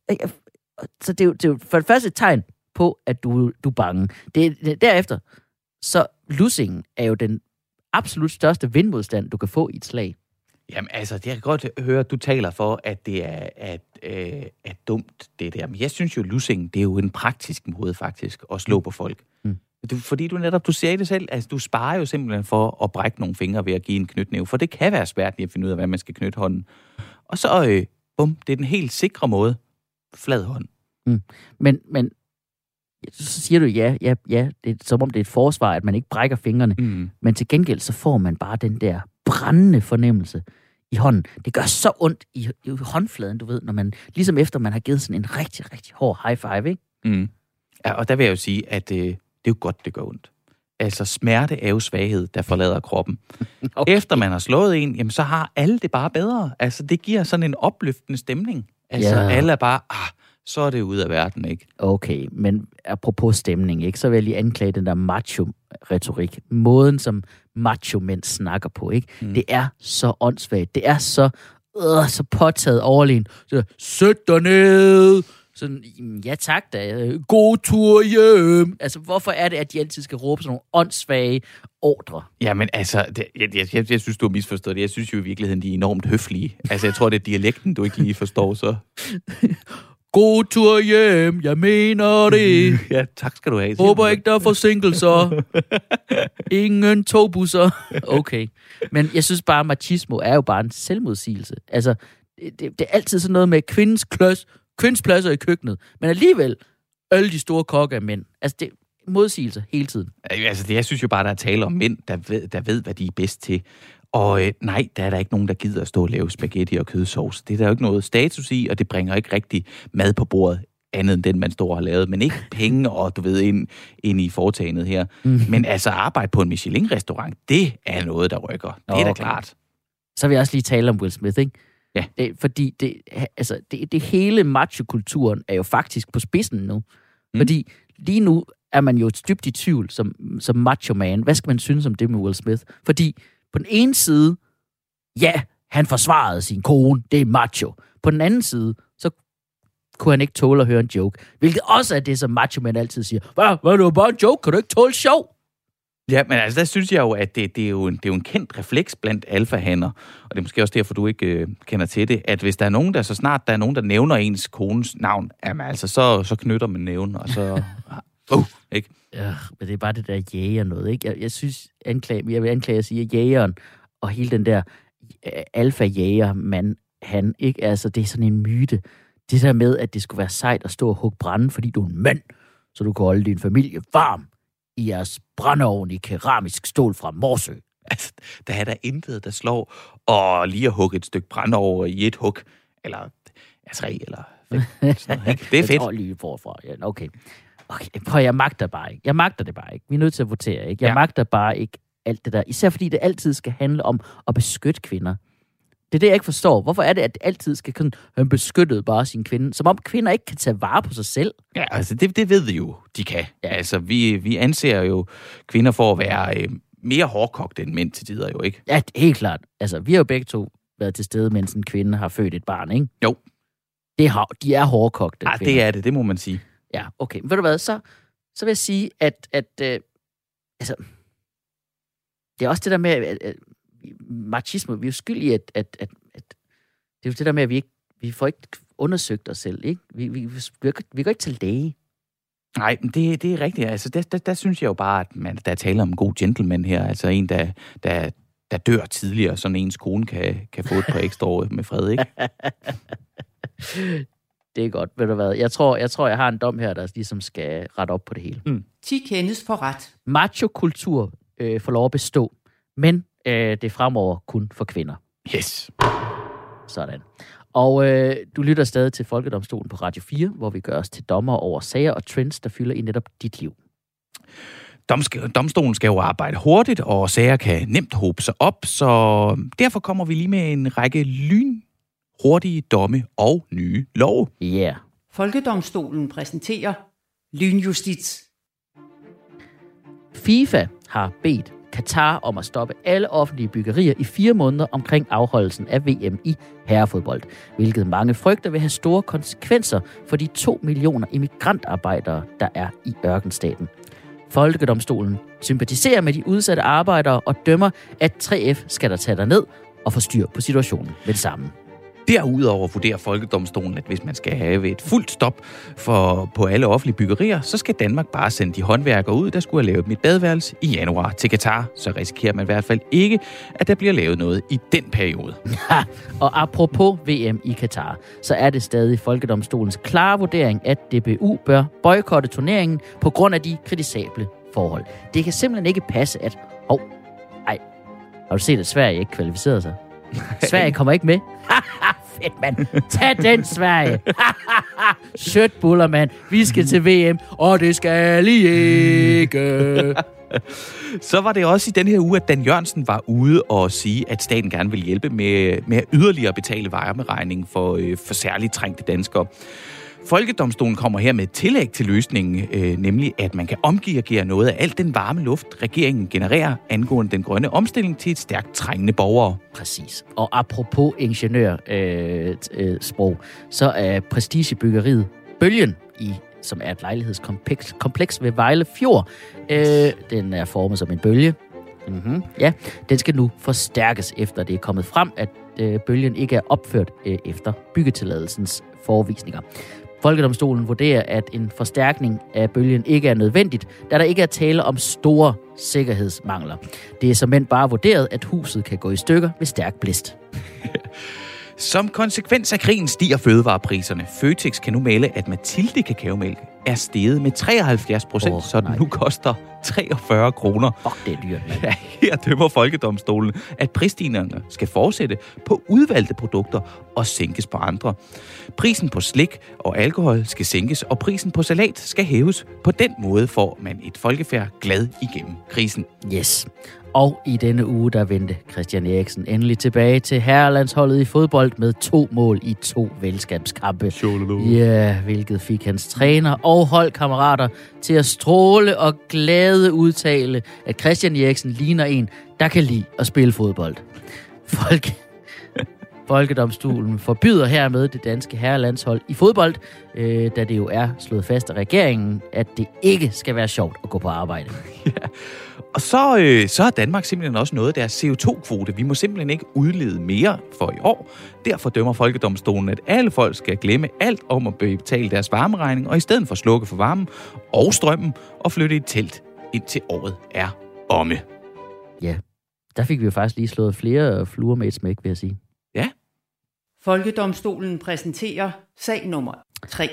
S2: så det er, jo, det er jo for det første et tegn på, at du, du er bange. Det, det, derefter, så lussingen er jo den absolut største vindmodstand, du kan få i et slag.
S3: Jamen altså, jeg kan godt høre, at du taler for, at det er, at, øh, er dumt, det der. Men jeg synes jo, lussingen, det er jo en praktisk måde faktisk, at slå på folk. Mm. Fordi du netop, du siger det selv, altså du sparer jo simpelthen for at brække nogle fingre ved at give en knytnæve, for det kan være svært lige at finde ud af, hvad man skal knytte hånden. Og så, øh, bum, det er den helt sikre måde. Flad hånd.
S2: Mm. Men, men, så siger du ja, ja, ja, det er som om det er et forsvar, at man ikke brækker fingrene, mm. men til gengæld så får man bare den der brændende fornemmelse i hånden. Det gør så ondt i, i håndfladen, du ved, når man, ligesom efter man har givet sådan en rigtig, rigtig hård high five, ikke?
S3: Mm. Ja, og der vil jeg jo sige, at øh, det er jo godt, det gør ondt. Altså, smerte er jo svaghed, der forlader kroppen. Okay. Efter man har slået en, jamen, så har alle det bare bedre. Altså, det giver sådan en opløftende stemning. Altså, ja. Alle er bare, ah, så er det ude af verden, ikke?
S2: Okay, men apropos stemning, ikke, så vil jeg lige anklage den der macho-retorik. Måden, som macho-mænd snakker på, ikke? Mm. Det er så åndssvagt. Det er så, øh, så påtaget overlegen. Så, sæt dig ned! Sådan, ja tak da, god tur hjem. Altså, hvorfor er det, at de altid skal råbe sådan nogle åndssvage ordre?
S3: Jamen, altså, det, jeg, jeg, jeg, jeg synes, du har misforstået det. Jeg synes jo i virkeligheden, de er enormt høflige. Altså, jeg tror, det er dialekten, du ikke lige forstår, så... God tur hjem, jeg mener det. Ja, tak skal du have.
S2: Håber ikke, der er forsinkelser. Ingen togbusser. Okay. Men jeg synes bare, at machismo er jo bare en selvmodsigelse. Altså, det, det, det er altid sådan noget med kvindens kløs, kvindens pladser i køkkenet. Men alligevel, alle de store kokke er mænd. Altså, det er modsigelser hele tiden.
S3: Altså, det, jeg synes jo bare, der er tale om mænd, der ved, der ved, hvad de er bedst til. Og øh, nej, der er der ikke nogen, der gider at stå og lave spaghetti og kødsovs. Det er der jo ikke noget status i, og det bringer ikke rigtig mad på bordet, andet end den, man står og har lavet. Men ikke penge og, du ved, ind, ind i foretagendet her. Mm. Men altså, arbejde på en Michelin-restaurant, det er noget, der rykker. Det er okay. Da klart.
S2: Så vil jeg også lige tale om Will Smith, ikke?
S3: Ja.
S2: Det, fordi det, altså, det, det hele macho-kulturen er jo faktisk på spidsen nu. Mm. Fordi lige nu er man jo dybt i tvivl som, som macho-man. Hvad skal man synes om det med Will Smith? Fordi på den ene side, ja, han forsvarede sin kone, det er macho. På den anden side, så kunne han ikke tåle at høre en joke. Hvilket også er det, som macho-mænd altid siger. Hvad? Hvad er det jo bare en joke? Kan du ikke tåle sjov?
S3: Ja, men altså, der synes jeg jo, at det, det, er, jo en, det er jo en kendt refleks blandt alfahanner, og det er måske også derfor, du ikke øh, kender til det, at hvis der er nogen, der så snart der er nogen, der nævner ens kones navn, jamen altså, så, så knytter man nævnen, og så... uh, ikke?
S2: Ja, men det er bare det der jæger noget, ikke? Jeg, jeg synes, anklage, jeg vil anklage at sige, at jægeren og hele den der alfa-jæger, man, han, ikke? Altså, det er sådan en myte. Det der med, at det skulle være sejt at stå og hugge brænde, fordi du er en mand, så du kan holde din familie varm i jeres brændeovn i keramisk stål fra Morsø.
S3: Altså, der er der intet, der slår, og lige at hugge et stykke brændeovn i et hug, eller ja, tre, eller fem. Sådan noget, ikke? Det er fedt.
S2: Jeg tror lige forfra. Ja, okay. Okay, prøv, jeg magter bare ikke. Jeg magter det bare ikke. Vi er nødt til at votere, ikke? Jeg ja. magter bare ikke alt det der. Især fordi det altid skal handle om at beskytte kvinder. Det er det, jeg ikke forstår. Hvorfor er det, at det altid skal kunne have beskyttet bare sin kvinde? Som om kvinder ikke kan tage vare på sig selv.
S3: Ja, altså det, det ved vi jo, de kan. Ja. Altså, vi, vi anser jo kvinder for at være øh, mere hårdkogte end mænd til tider jo, ikke?
S2: Ja, helt klart. Altså, vi har jo begge to været til stede, mens en kvinde har født et barn, ikke?
S3: Jo.
S2: Det har, de er hårdkogte.
S3: Ja, det er det. Det må man sige.
S2: Ja, okay. Men ved du hvad, så, så vil jeg sige, at, at øh, altså, det er også det der med, at, at machismo, vi er jo skyldige, at, at, at, at det er jo det der med, at vi ikke, vi får ikke undersøgt os selv, ikke? Vi, vi, vi, vi, vi går ikke til læge.
S3: Nej, det, det er rigtigt. Altså, der, der, der synes jeg jo bare, at man, der taler om en god gentleman her. Altså en, der, der, der dør tidligere, så ens kone kan, kan få et par ekstra år med fred, ikke?
S2: Det er godt, ved du hvad. Jeg tror, jeg tror, jeg har en dom her, der ligesom skal rette op på det hele.
S1: Mm. ti kendes for ret.
S2: Macho-kultur øh, får lov at bestå, men øh, det er fremover kun for kvinder.
S3: Yes.
S2: Sådan. Og øh, du lytter stadig til Folkedomstolen på Radio fire, hvor vi gør os til dommer over sager og trends, der fylder i netop dit liv.
S3: Domstolen skal jo arbejde hurtigt, og sager kan nemt hobe sig op, så derfor kommer vi lige med en række lyn hurtige domme og nye love.
S2: Ja. Yeah.
S1: Folkedomstolen præsenterer lynjustits.
S2: FIFA har bedt Katar om at stoppe alle offentlige byggerier i fire måneder omkring afholdelsen af V M i herrefodbold, hvilket mange frygter vil have store konsekvenser for de to millioner immigrantarbejdere, der er i ørkenstaten. Folkedomstolen sympatiserer med de udsatte arbejdere og dømmer, at tre F skal der tage derned og få styr på situationen med det samme.
S3: Derudover vurderer Folkedomstolen, at hvis man skal have et fuldt stop for, på alle offentlige byggerier, så skal Danmark bare sende de håndværkere ud, der skulle have lavet mit badeværelse i januar til Katar. Så risikerer man i hvert fald ikke, at der bliver lavet noget i den periode.
S2: Ha! Og apropos V M i Katar, så er det stadig Folkedomstolens klare vurdering, at D B U bør boykotte turneringen på grund af de kritisable forhold. Det kan simpelthen ikke passe, at... Hov, ej, har du set, at Sverige ikke kvalificerede sig? Sverige kommer ikke med. Fedt, mand. Tag den, Sverige. Sødt buller, mand. Vi skal til V M, og det skal I ikke.
S3: Så var det også i den her uge, at Dan Jørgensen var ude og sige, at staten gerne vil hjælpe med, med at yderligere betale varmeregningen for, øh, for særligt trængte danskere. Folkedomstolen kommer her med et tillæg til løsningen, øh, nemlig at man kan omdirigere noget af alt den varme luft, regeringen genererer angående den grønne omstilling til et stærkt trængende borgere.
S2: Præcis. Og apropos ingeniørsprog, øh, øh, så er prestigebyggeriet Bølgen, i, som er et lejlighedskompleks kompleks ved Vejle Fjord. Øh, den er formet som en bølge. Mm-hmm. Ja, den skal nu forstærkes, efter det er kommet frem, at øh, Bølgen ikke er opført øh, efter byggetilladelsens forvisninger. Folkedomstolen vurderer, at en forstærkning af bølgen ikke er nødvendigt, da der ikke er tale om store sikkerhedsmangler. Det er såmænd bare vurderet, at huset kan gå i stykker ved stærk blæst.
S3: Som konsekvens af krigen stiger fødevarepriserne. Føtex kan nu melde, at Mathilde kakaomælk er steget med treoghalvfjerds procent, oh, så den nu koster treogfyrre kroner.
S2: Fuck, det er dyrt, mand.
S3: Ja, her dømmer Folkedomstolen, at prisstigningerne skal fortsætte på udvalgte produkter og sænkes på andre. Prisen på slik og alkohol skal sænkes, og prisen på salat skal hæves. På den måde får man et folkefærd glad igennem krisen.
S2: Yes. Og i denne uge, der vendte Christian Eriksen endelig tilbage til herrelandsholdet i fodbold med to mål i to venskabskampe. Ja, yeah, hvilket fik hans træner og holdkammerater til at stråle og glade udtale, at Christian Eriksen ligner en, der kan lide at spille fodbold. Folk... Folkedomstolen forbyder hermed det danske herrelandshold i fodbold, øh, da det jo er slået fast af regeringen, at det ikke skal være sjovt at gå på arbejde.
S3: Ja. Og så, øh, så er Danmark simpelthen også noget af deres C O to kvote. Vi må simpelthen ikke udlede mere for i år. Derfor dømmer Folkedomstolen, at alle folk skal glemme alt om at betale deres varmeregning, og i stedet for slukke for varmen og strømmen og flytte i et telt, indtil året er omme.
S2: Ja, der fik vi jo faktisk lige slået flere fluer med et smæk, vil jeg sige.
S3: Ja.
S1: Folkedomstolen præsenterer sag nummer tre.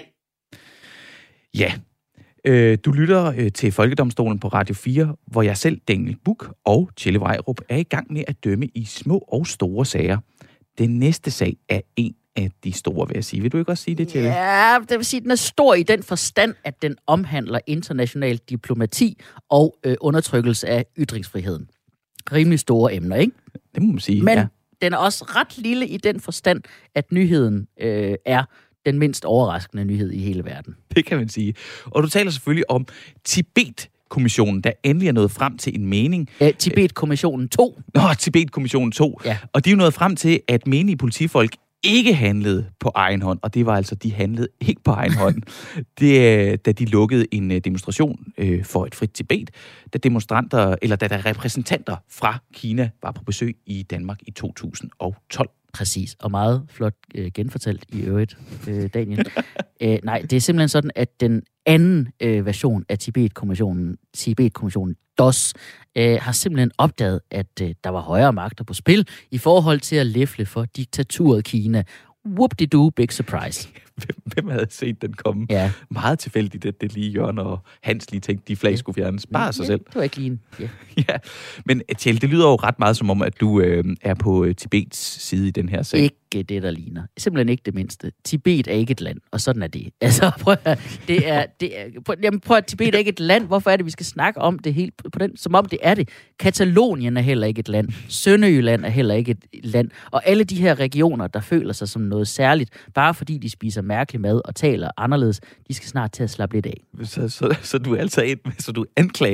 S3: Ja, øh, du lytter øh, til Folkedomstolen på Radio fire, hvor jeg selv, Daniel Buch og Tjelle Vejrup er i gang med at dømme i små og store sager. Den næste sag er en af de store, vil jeg sige. Vil du ikke også sige det, Tjelle?
S2: Ja, det vil sige, at den er stor i den forstand, at den omhandler international diplomati og øh, undertrykkelse af ytringsfriheden. Rimelig store emner, ikke?
S3: Det må man sige,
S2: Men
S3: ja.
S2: Den er også ret lille i den forstand, at nyheden øh, er den mindst overraskende nyhed i hele verden.
S3: Det kan man sige. Og du taler selvfølgelig om Tibet-kommissionen, der endelig er nået frem til en mening.
S2: Ja, Tibet-kommissionen to.
S3: Nå, Tibet-kommissionen to.
S2: Ja.
S3: Og de er nået frem til, at menige politifolk ikke handlede på egen hånd, og det var altså, de handlede ikke på egen hånd, det, da de lukkede en demonstration øh, for et frit Tibet, da demonstranter, eller da der repræsentanter fra Kina var på besøg i Danmark i to tusind og tolv.
S2: Præcis, og meget flot øh, genfortalt i øvrigt, øh, Daniel. Æ, nej, det er simpelthen sådan, at den anden øh, version af Tibet-kommissionen, Tibet-kommissionen D O S, øh, har simpelthen opdaget, at øh, der var højere magter på spil i forhold til at læfle for diktaturet Kina. Whoop-de-doo, big surprise.
S3: Hvem havde set den komme?
S2: Ja.
S3: Meget tilfældigt, at det lige Jørgen og Hans lige tænkte, de flag skulle fjernes. Bare sig
S2: ja,
S3: selv.
S2: Det var ikke lige en... Ja.
S3: Ja, men Tjelle, det lyder jo ret meget som om, at du øh, er på Tibets side i den her sag.
S2: Ikke det, der ligner. Simpelthen ikke det mindste. Tibet er ikke et land, og sådan er det. Altså, prøv at, det er, det er, prøv, jamen, prøv at Tibet er ikke et land. Hvorfor er det, vi skal snakke om det helt på den, som om det er det? Katalonien er heller ikke et land. Sønderjylland er heller ikke et land. Og alle de her regioner, der føler sig som noget særligt, bare fordi de spiser mærkelig mad og taler anderledes, de skal snart til at slappe lidt af.
S3: Så, så, så du er altså et, så du anklager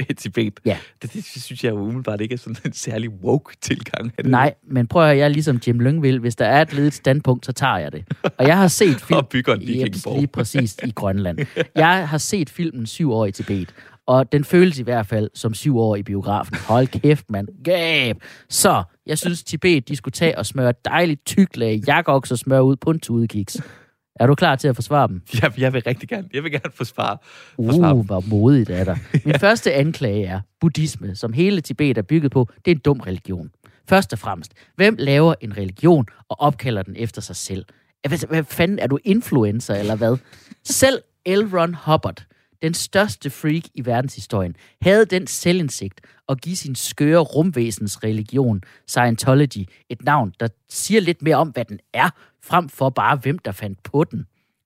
S3: Tibet.
S2: Ja.
S3: Det, det synes jeg jo umiddelbart ikke er sådan en særlig woke tilgang. Er det
S2: Nej, men prøv at høre, jeg er ligesom Jim Lyngvild. Hvis der er et ledigt standpunkt, så tager jeg det. Og jeg har set film...
S3: Og bygger en
S2: Jeps,
S3: vikingborg.
S2: lige præcis i Grønland. Jeg har set filmen Syv år i Tibet. Og den føles i hvert fald som syv år i biografen. Hold kæft, mand. Gab! Så, jeg synes, Tibet, de skulle tage og smøre dejligt tykt lag jakkeokser smør ud på en tudekiks. Er du klar til at forsvare dem?
S3: Jeg, jeg vil rigtig gerne. Jeg vil gerne forsvare. forsvare.
S2: Uh, hvor modigt er der. Min første anklage er buddhisme, som hele Tibet er bygget på. Det er en dum religion. Først og fremmest, hvem laver en religion og opkalder den efter sig selv? Hvad, hvad fanden, er du influencer eller hvad? Selv L. Ron Hubbard, den største freak i verdenshistorien, havde den selvindsigt at give sin skøre rumvæsens religion, Scientology, et navn, der siger lidt mere om, hvad den er, frem for bare, hvem der fandt på den.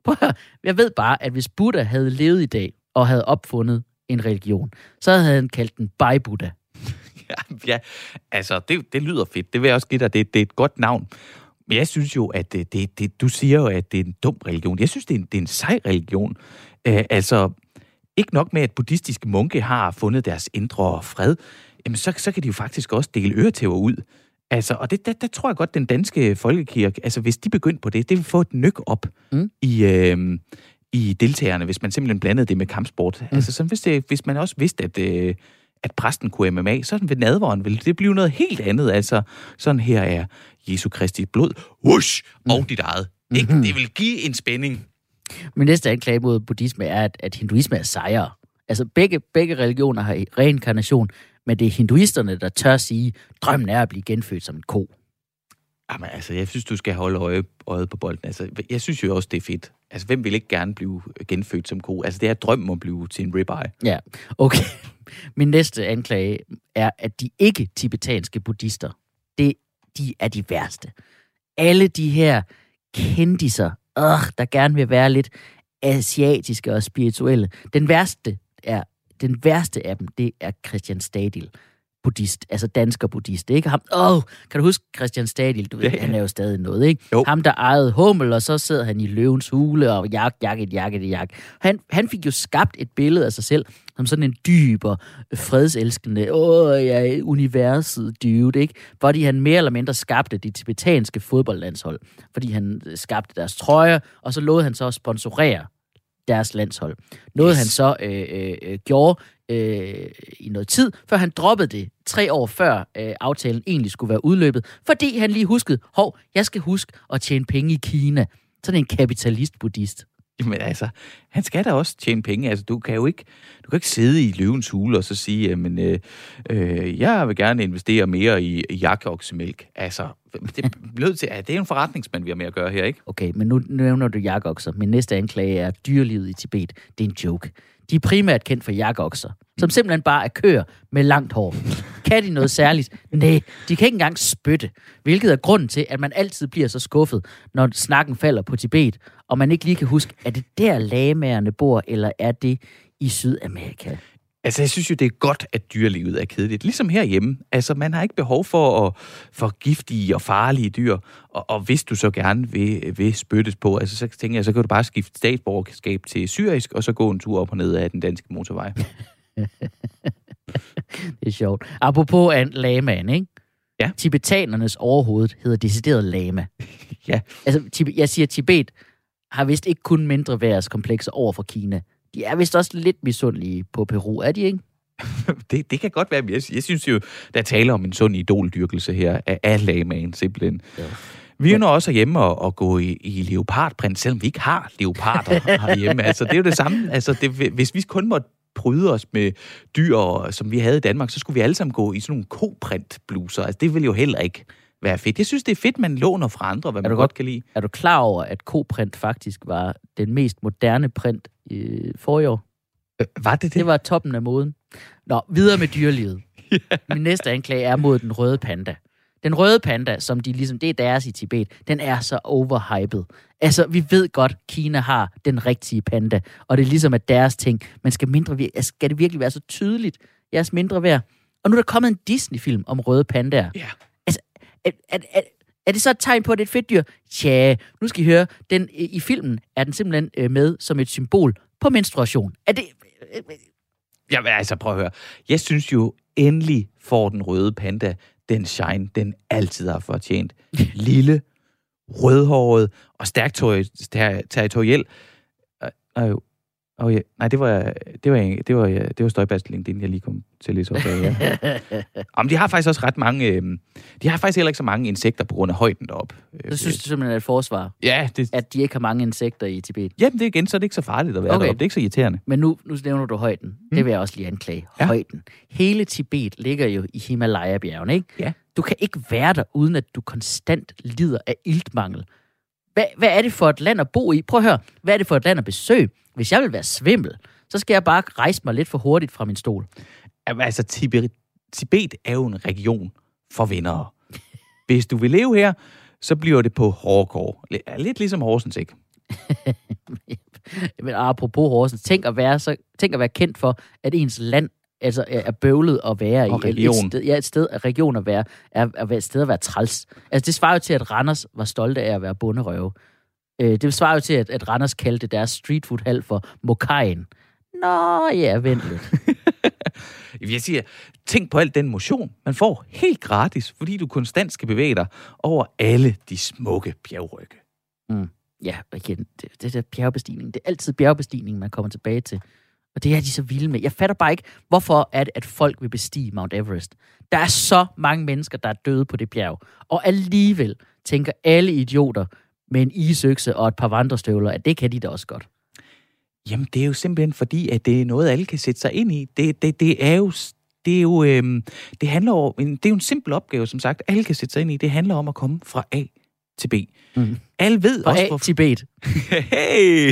S2: Jeg ved bare, at hvis Buddha havde levet i dag og havde opfundet en religion, så havde han kaldt den Bai Buddha.
S3: Ja, ja, altså, det, det lyder fedt. Det vil jeg også give dig. Det, det er et godt navn. Men jeg synes jo, at det, det, det, du siger jo, at det er en dum religion. Jeg synes, det er en, det er en sej religion. Uh, altså, ikke nok med, at buddhistiske munke har fundet deres indre fred, jamen så, så kan de jo faktisk også dele øretæver ud. Altså, og det, der, der tror jeg godt, den danske folkekirke, altså hvis de begyndte på det, det vil få et nyk op mm. i, øh, i deltagerne, hvis man simpelthen blandede det med kampsport. Mm. Altså, så hvis, det, hvis man også vidste, at, øh, at præsten kunne M M A, så ved nadveren ville det blive noget helt andet. Altså, sådan her er Jesu Kristi blod, whoosh, mm. og dit eget. Mm-hmm. Ikke? Det vil give en spænding.
S2: Min næste anklage mod buddhisme er, at, at hinduisme er sejere. Altså, begge, begge religioner har reinkarnation, men det er hinduisterne, der tør sige, drømmen er at blive genfødt som en ko.
S3: Jamen, altså, jeg synes, du skal holde øje, øjet på bolden. Altså, jeg synes jo også, det er fedt. Altså, hvem vil ikke gerne blive genfødt som ko? Altså, det er drømmen at blive til en ribeye.
S2: Ja, okay. Min næste anklage er, at de ikke-tibetanske buddhister, det, de er de værste. Alle de her kendiser, øh, der gerne vil være lidt asiatiske og spirituelle. Den værste er, den værste af dem, det er Christian Stadil, buddhist, altså dansker buddhist, ikke? Ham, åh, kan du huske Christian Stadil? Du ved, ja. Han er jo stadig noget, ikke? Jo. Ham, der ejede Hummel, og så sidder han i løvens hule, og jak, jak, et jak, et jak. Han, han fik jo skabt et billede af sig selv, som sådan en dyb og fredselskende, åh, ja, universet dude, ikke? Fordi han mere eller mindre skabte de tibetanske fodboldlandshold. Fordi han skabte deres trøjer, og så lod han så sponsorere deres landshold. Noget yes. han så øh, øh, gjorde øh, i noget tid, før han droppede det tre år før øh, aftalen egentlig skulle være udløbet, fordi han lige huskede, hov, jeg skal huske at tjene penge i Kina. Sådan en kapitalist-buddhist.
S3: Jamen altså, han skal da også tjene penge. Altså, du kan jo ikke, du kan ikke sidde i løvens hule og så sige, jamen, øh, øh, jeg vil gerne investere mere i, i jakkeoksemælk. Altså, det er nødt til, at det er en forretningsmand, vi har med at gøre her, ikke?
S2: Okay, men nu nævner du jakkeokser. Min næste anklage er, at dyrelivet i Tibet, det er en joke. De er primært kendt for jakkeokser, som simpelthen bare er køer med langt hår. Kan de noget særligt? Nej, de kan ikke engang spytte, hvilket er grunden til, at man altid bliver så skuffet, når snakken falder på Tibet, og man ikke lige kan huske, er det der lamaerne bor, eller er det i Sydamerika?
S3: Altså, jeg synes jo, det er godt, at dyrelivet er kedeligt. Ligesom herhjemme. Altså, man har ikke behov for, at, for giftige og farlige dyr. Og, og hvis du så gerne vil, vil spyttes på, altså, så tænker jeg, så kan du bare skifte statsborgerskab til syrisk, og så gå en tur op og ned af den danske motorvej.
S2: Det er sjovt. Apropos lamaen, ikke?
S3: Ja.
S2: Tibetanernes overhoved hedder decideret lama.
S3: Ja.
S2: Altså, jeg siger, Tibet har vist ikke kun mindre værdskomplekser over for Kina. De er vist også lidt misundelige på Peru, er de ikke?
S3: det, det kan godt være, men jeg, jeg synes jo, der taler om en sund idoldyrkelse her af, af lamaen, simpelthen. Ja. Vi er jo også hjemme og, og gå i, i leopardprint, selvom vi ikke har leoparder herhjemme. Altså, det er jo det samme. Altså, det, hvis vi kun måtte pryde os med dyr, som vi havde i Danmark, så skulle vi alle sammen gå i sådan nogle koprint-bluser. Altså, det vil jo heller ikke være fedt. Jeg synes, det er fedt, man låner fra andre, hvad man godt, godt kan lide.
S2: Er du klar over, at koprint faktisk var den mest moderne print i forrige år?
S3: Øh, var det det?
S2: Det var toppen af moden. Nå, videre med dyrelivet. Yeah. Min næste anklage er mod den røde panda. Den røde panda, som de ligesom, det er deres i Tibet, den er så overhyped. Altså, vi ved godt, Kina har den rigtige panda, og det er ligesom at deres ting. Men skal, mindre, skal det virkelig være så tydeligt, jeres mindre værd? Og nu er der kommet en Disney-film om røde pandaer.
S3: Ja. Yeah.
S2: Altså, er, er, er, er det så et tegn på, at det er et fedt dyr? Tja, nu skal I høre, den, i filmen er den simpelthen med som et symbol på menstruation. Er det...
S3: Jamen altså, prøv at høre. Jeg synes jo, endelig får den røde panda den shine, den altid har fortjent. Lille, rødhåret og stærkt territoriel. Øh, oh, ja. Nej, det var det var det var det var støjbastelingen, inden jeg lige kom til at læse op af. Ja. Jamen, de har faktisk også ret mange. Øh, de har faktisk heller ikke så mange insekter på grund af højden deroppe.
S2: Så synes du simpelthen er et forsvar?
S3: Ja, det,
S2: at de ikke har mange insekter i Tibet.
S3: Jamen, det er igen, så er det ikke så farligt at være okay. deroppe. Det er ikke så irriterende.
S2: Men nu, nu nævner du højden. Mm. Det vil jeg også lige anklage. Ja. Højden. Hele Tibet ligger jo i Himalaya-bjergene, ikke?
S3: Ja.
S2: Du kan ikke være der, uden at du konstant lider af iltmangel. Hvad, hvad er det for et land at bo i? Prøv at høre. Hvad er det for et land at besøge? Hvis jeg vil være svimmel, så skal jeg bare rejse mig lidt for hurtigt fra min stol.
S3: Altså, Tibet, Tibet er jo en region for vindere. Hvis du vil leve her, så bliver det på hårdkår. Lidt ligesom Horsens, ikke?
S2: Men apropos Horsens, tænk at være så, tænk at være kendt for, at ens land altså er bøvlet at være
S3: og
S2: i.
S3: Region.
S2: Et sted, ja, et sted af region at være, er, er et sted at være træls. Altså, det svarer jo til, at Randers var stolte af at være bonderøve. Øh, det svarer jo til, at, at Randers kaldte deres streetfood-hal for Mokajen. Nå, ja, vent lidt.
S3: Jeg siger, tænk på al den motion, man får helt gratis, fordi du konstant skal bevæge dig over alle de smukke bjergrygge.
S2: Mm. Ja, igen, det, det der bjergbestigning, det er altid bjergbestigning, man kommer tilbage til. Og det er de så vilde med. Jeg fatter bare ikke, hvorfor er det, at folk vil bestige Mount Everest. Der er så mange mennesker, der er døde på det bjerg. Og alligevel tænker alle idioter med en isøkse og et par vandrestøvler, at det kan de da også godt.
S3: Jamen, det er jo simpelthen fordi, at det er noget, alle kan sætte sig ind i. Det, det, det er jo... Det er jo, øhm, det handler om, det er jo en simpel opgave, som sagt, alle kan sætte sig ind i. Det handler om at komme fra A til B. Mm. Alle ved
S2: fra
S3: også...
S2: A hvor... til Tibet.
S3: Hey!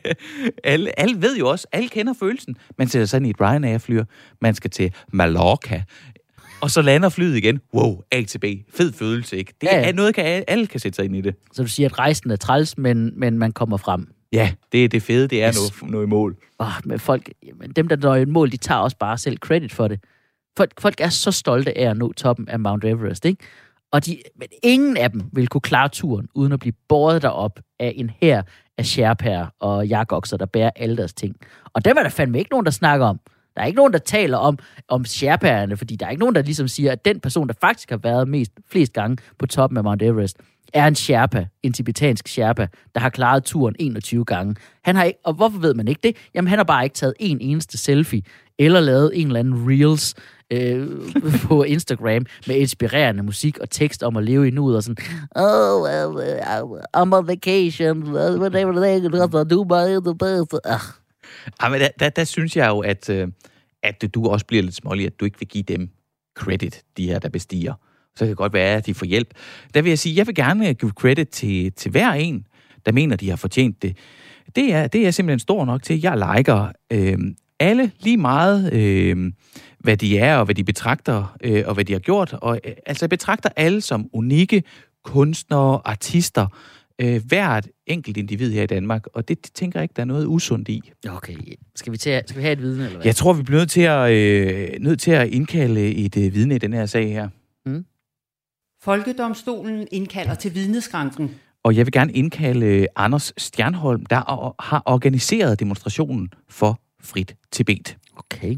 S3: alle, alle ved jo også, alle kender følelsen. Man sætter sig ind i et Ryanair-fly, man skal til Mallorca, og så lander flyet igen. Wow, A til B. Fed følelse, ikke? Det ja, ja. er noget, kan, alle kan sætte sig ind i det.
S2: Så du siger, at rejsen er træls, men, men man kommer frem.
S3: Ja, det er det fede, det er yes. noget, noget i mål.
S2: Oh, men folk, jamen, dem, der når i mål, de tager også bare selv credit for det. Folk, folk er så stolte af at nå toppen af Mount Everest, ikke? Og de, men ingen af dem vil kunne klare turen, uden at blive båret derop af en hær af sherpaer og jakokser, der bærer alle deres ting. Og dem er der fandme ikke nogen, der snakker om. Der er ikke nogen, der taler om, om sherpaerne, fordi der er ikke nogen, der ligesom siger, at den person, der faktisk har været mest, flest gange på toppen af Mount Everest, er en sherpa, en tibetansk sherpa, der har klaret turen enogtyve gange. Han har ikke, og hvorfor ved man ikke det? Jamen, han har bare ikke taget en eneste selfie, eller lavet en eller anden reels øh, på Instagram med inspirerende musik og tekst om at leve i nuet og sådan, oh, well, I'm on vacation, whatever they do by the best.
S3: Ja, men der, der, der synes jeg jo, at, at du også bliver lidt smålig, at du ikke vil give dem credit, de her, der bestiger. Så kan det godt være, at de får hjælp. Der vil jeg sige, jeg vil gerne give credit til, til hver en, der mener, de har fortjent det. Det er, det er simpelthen stor nok til, jeg liker øh, alle lige meget, øh, hvad de er, og hvad de betragter, øh, og hvad de har gjort. Og, øh, altså, jeg betragter alle som unikke kunstnere, artister, øh, hvert enkelt individ her i Danmark, og det, det tænker jeg ikke, der er noget usundt i.
S2: Okay, skal vi, tage, skal vi have et vidne, eller hvad?
S3: Jeg tror, vi bliver nødt til at, øh, nødt til at indkalde et øh, vidne i den her sag her. Mm.
S1: Folkedomstolen indkalder til vidneskranken.
S3: Og jeg vil gerne indkalde Anders Stjernholm, der har organiseret demonstrationen for Frit Tibet.
S2: Okay.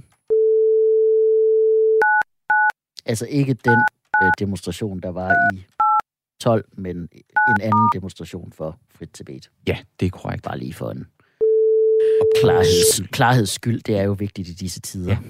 S2: Altså ikke den øh, demonstration, der var i tolv, men en anden demonstration for Frit Tibet.
S3: Ja, det er korrekt.
S2: Bare lige for en klarheds, klarheds skyld. Det er jo vigtigt i disse tider. Ja.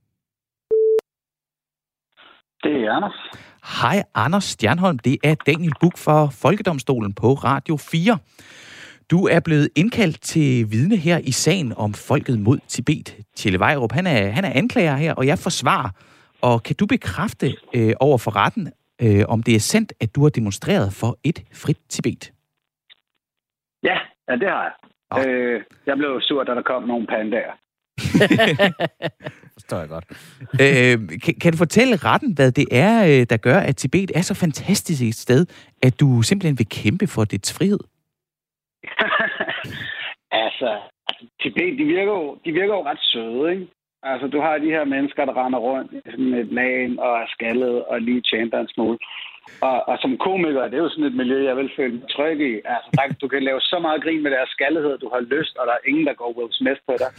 S4: Det er Anders.
S3: Hej, Anders Stjernholm. Det er Daniel Buch fra Folkedomstolen på Radio fire. Du er blevet indkaldt til vidne her i sagen om folket mod Tibet. Tjelle Vejrup, han er, han er anklager her, og jeg forsvarer. Og kan du bekræfte øh, over for retten, øh, om det er sandt, at du har demonstreret for et frit Tibet?
S4: Ja, ja det har jeg. Oh. Øh, jeg blev sur, da der kom nogle pandaer.
S2: Forstår jeg godt.
S3: øh, kan, kan du fortælle retten, hvad det er, der gør, at Tibet er så fantastisk et sted, at du simpelthen vil kæmpe for dets frihed?
S4: altså, altså, Tibet, de virker, jo, de virker jo ret søde, ikke? Altså, du har de her mennesker, der render rundt i sådan et lagen og er skaldet og lige tjener en smule.
S5: Og, og som komiker, det er jo sådan et miljø, jeg vil føle mig tryg i. Altså, der, du kan lave så meget grin med deres skaldighed, du har lyst, og der er ingen, der går Will Smith på dig.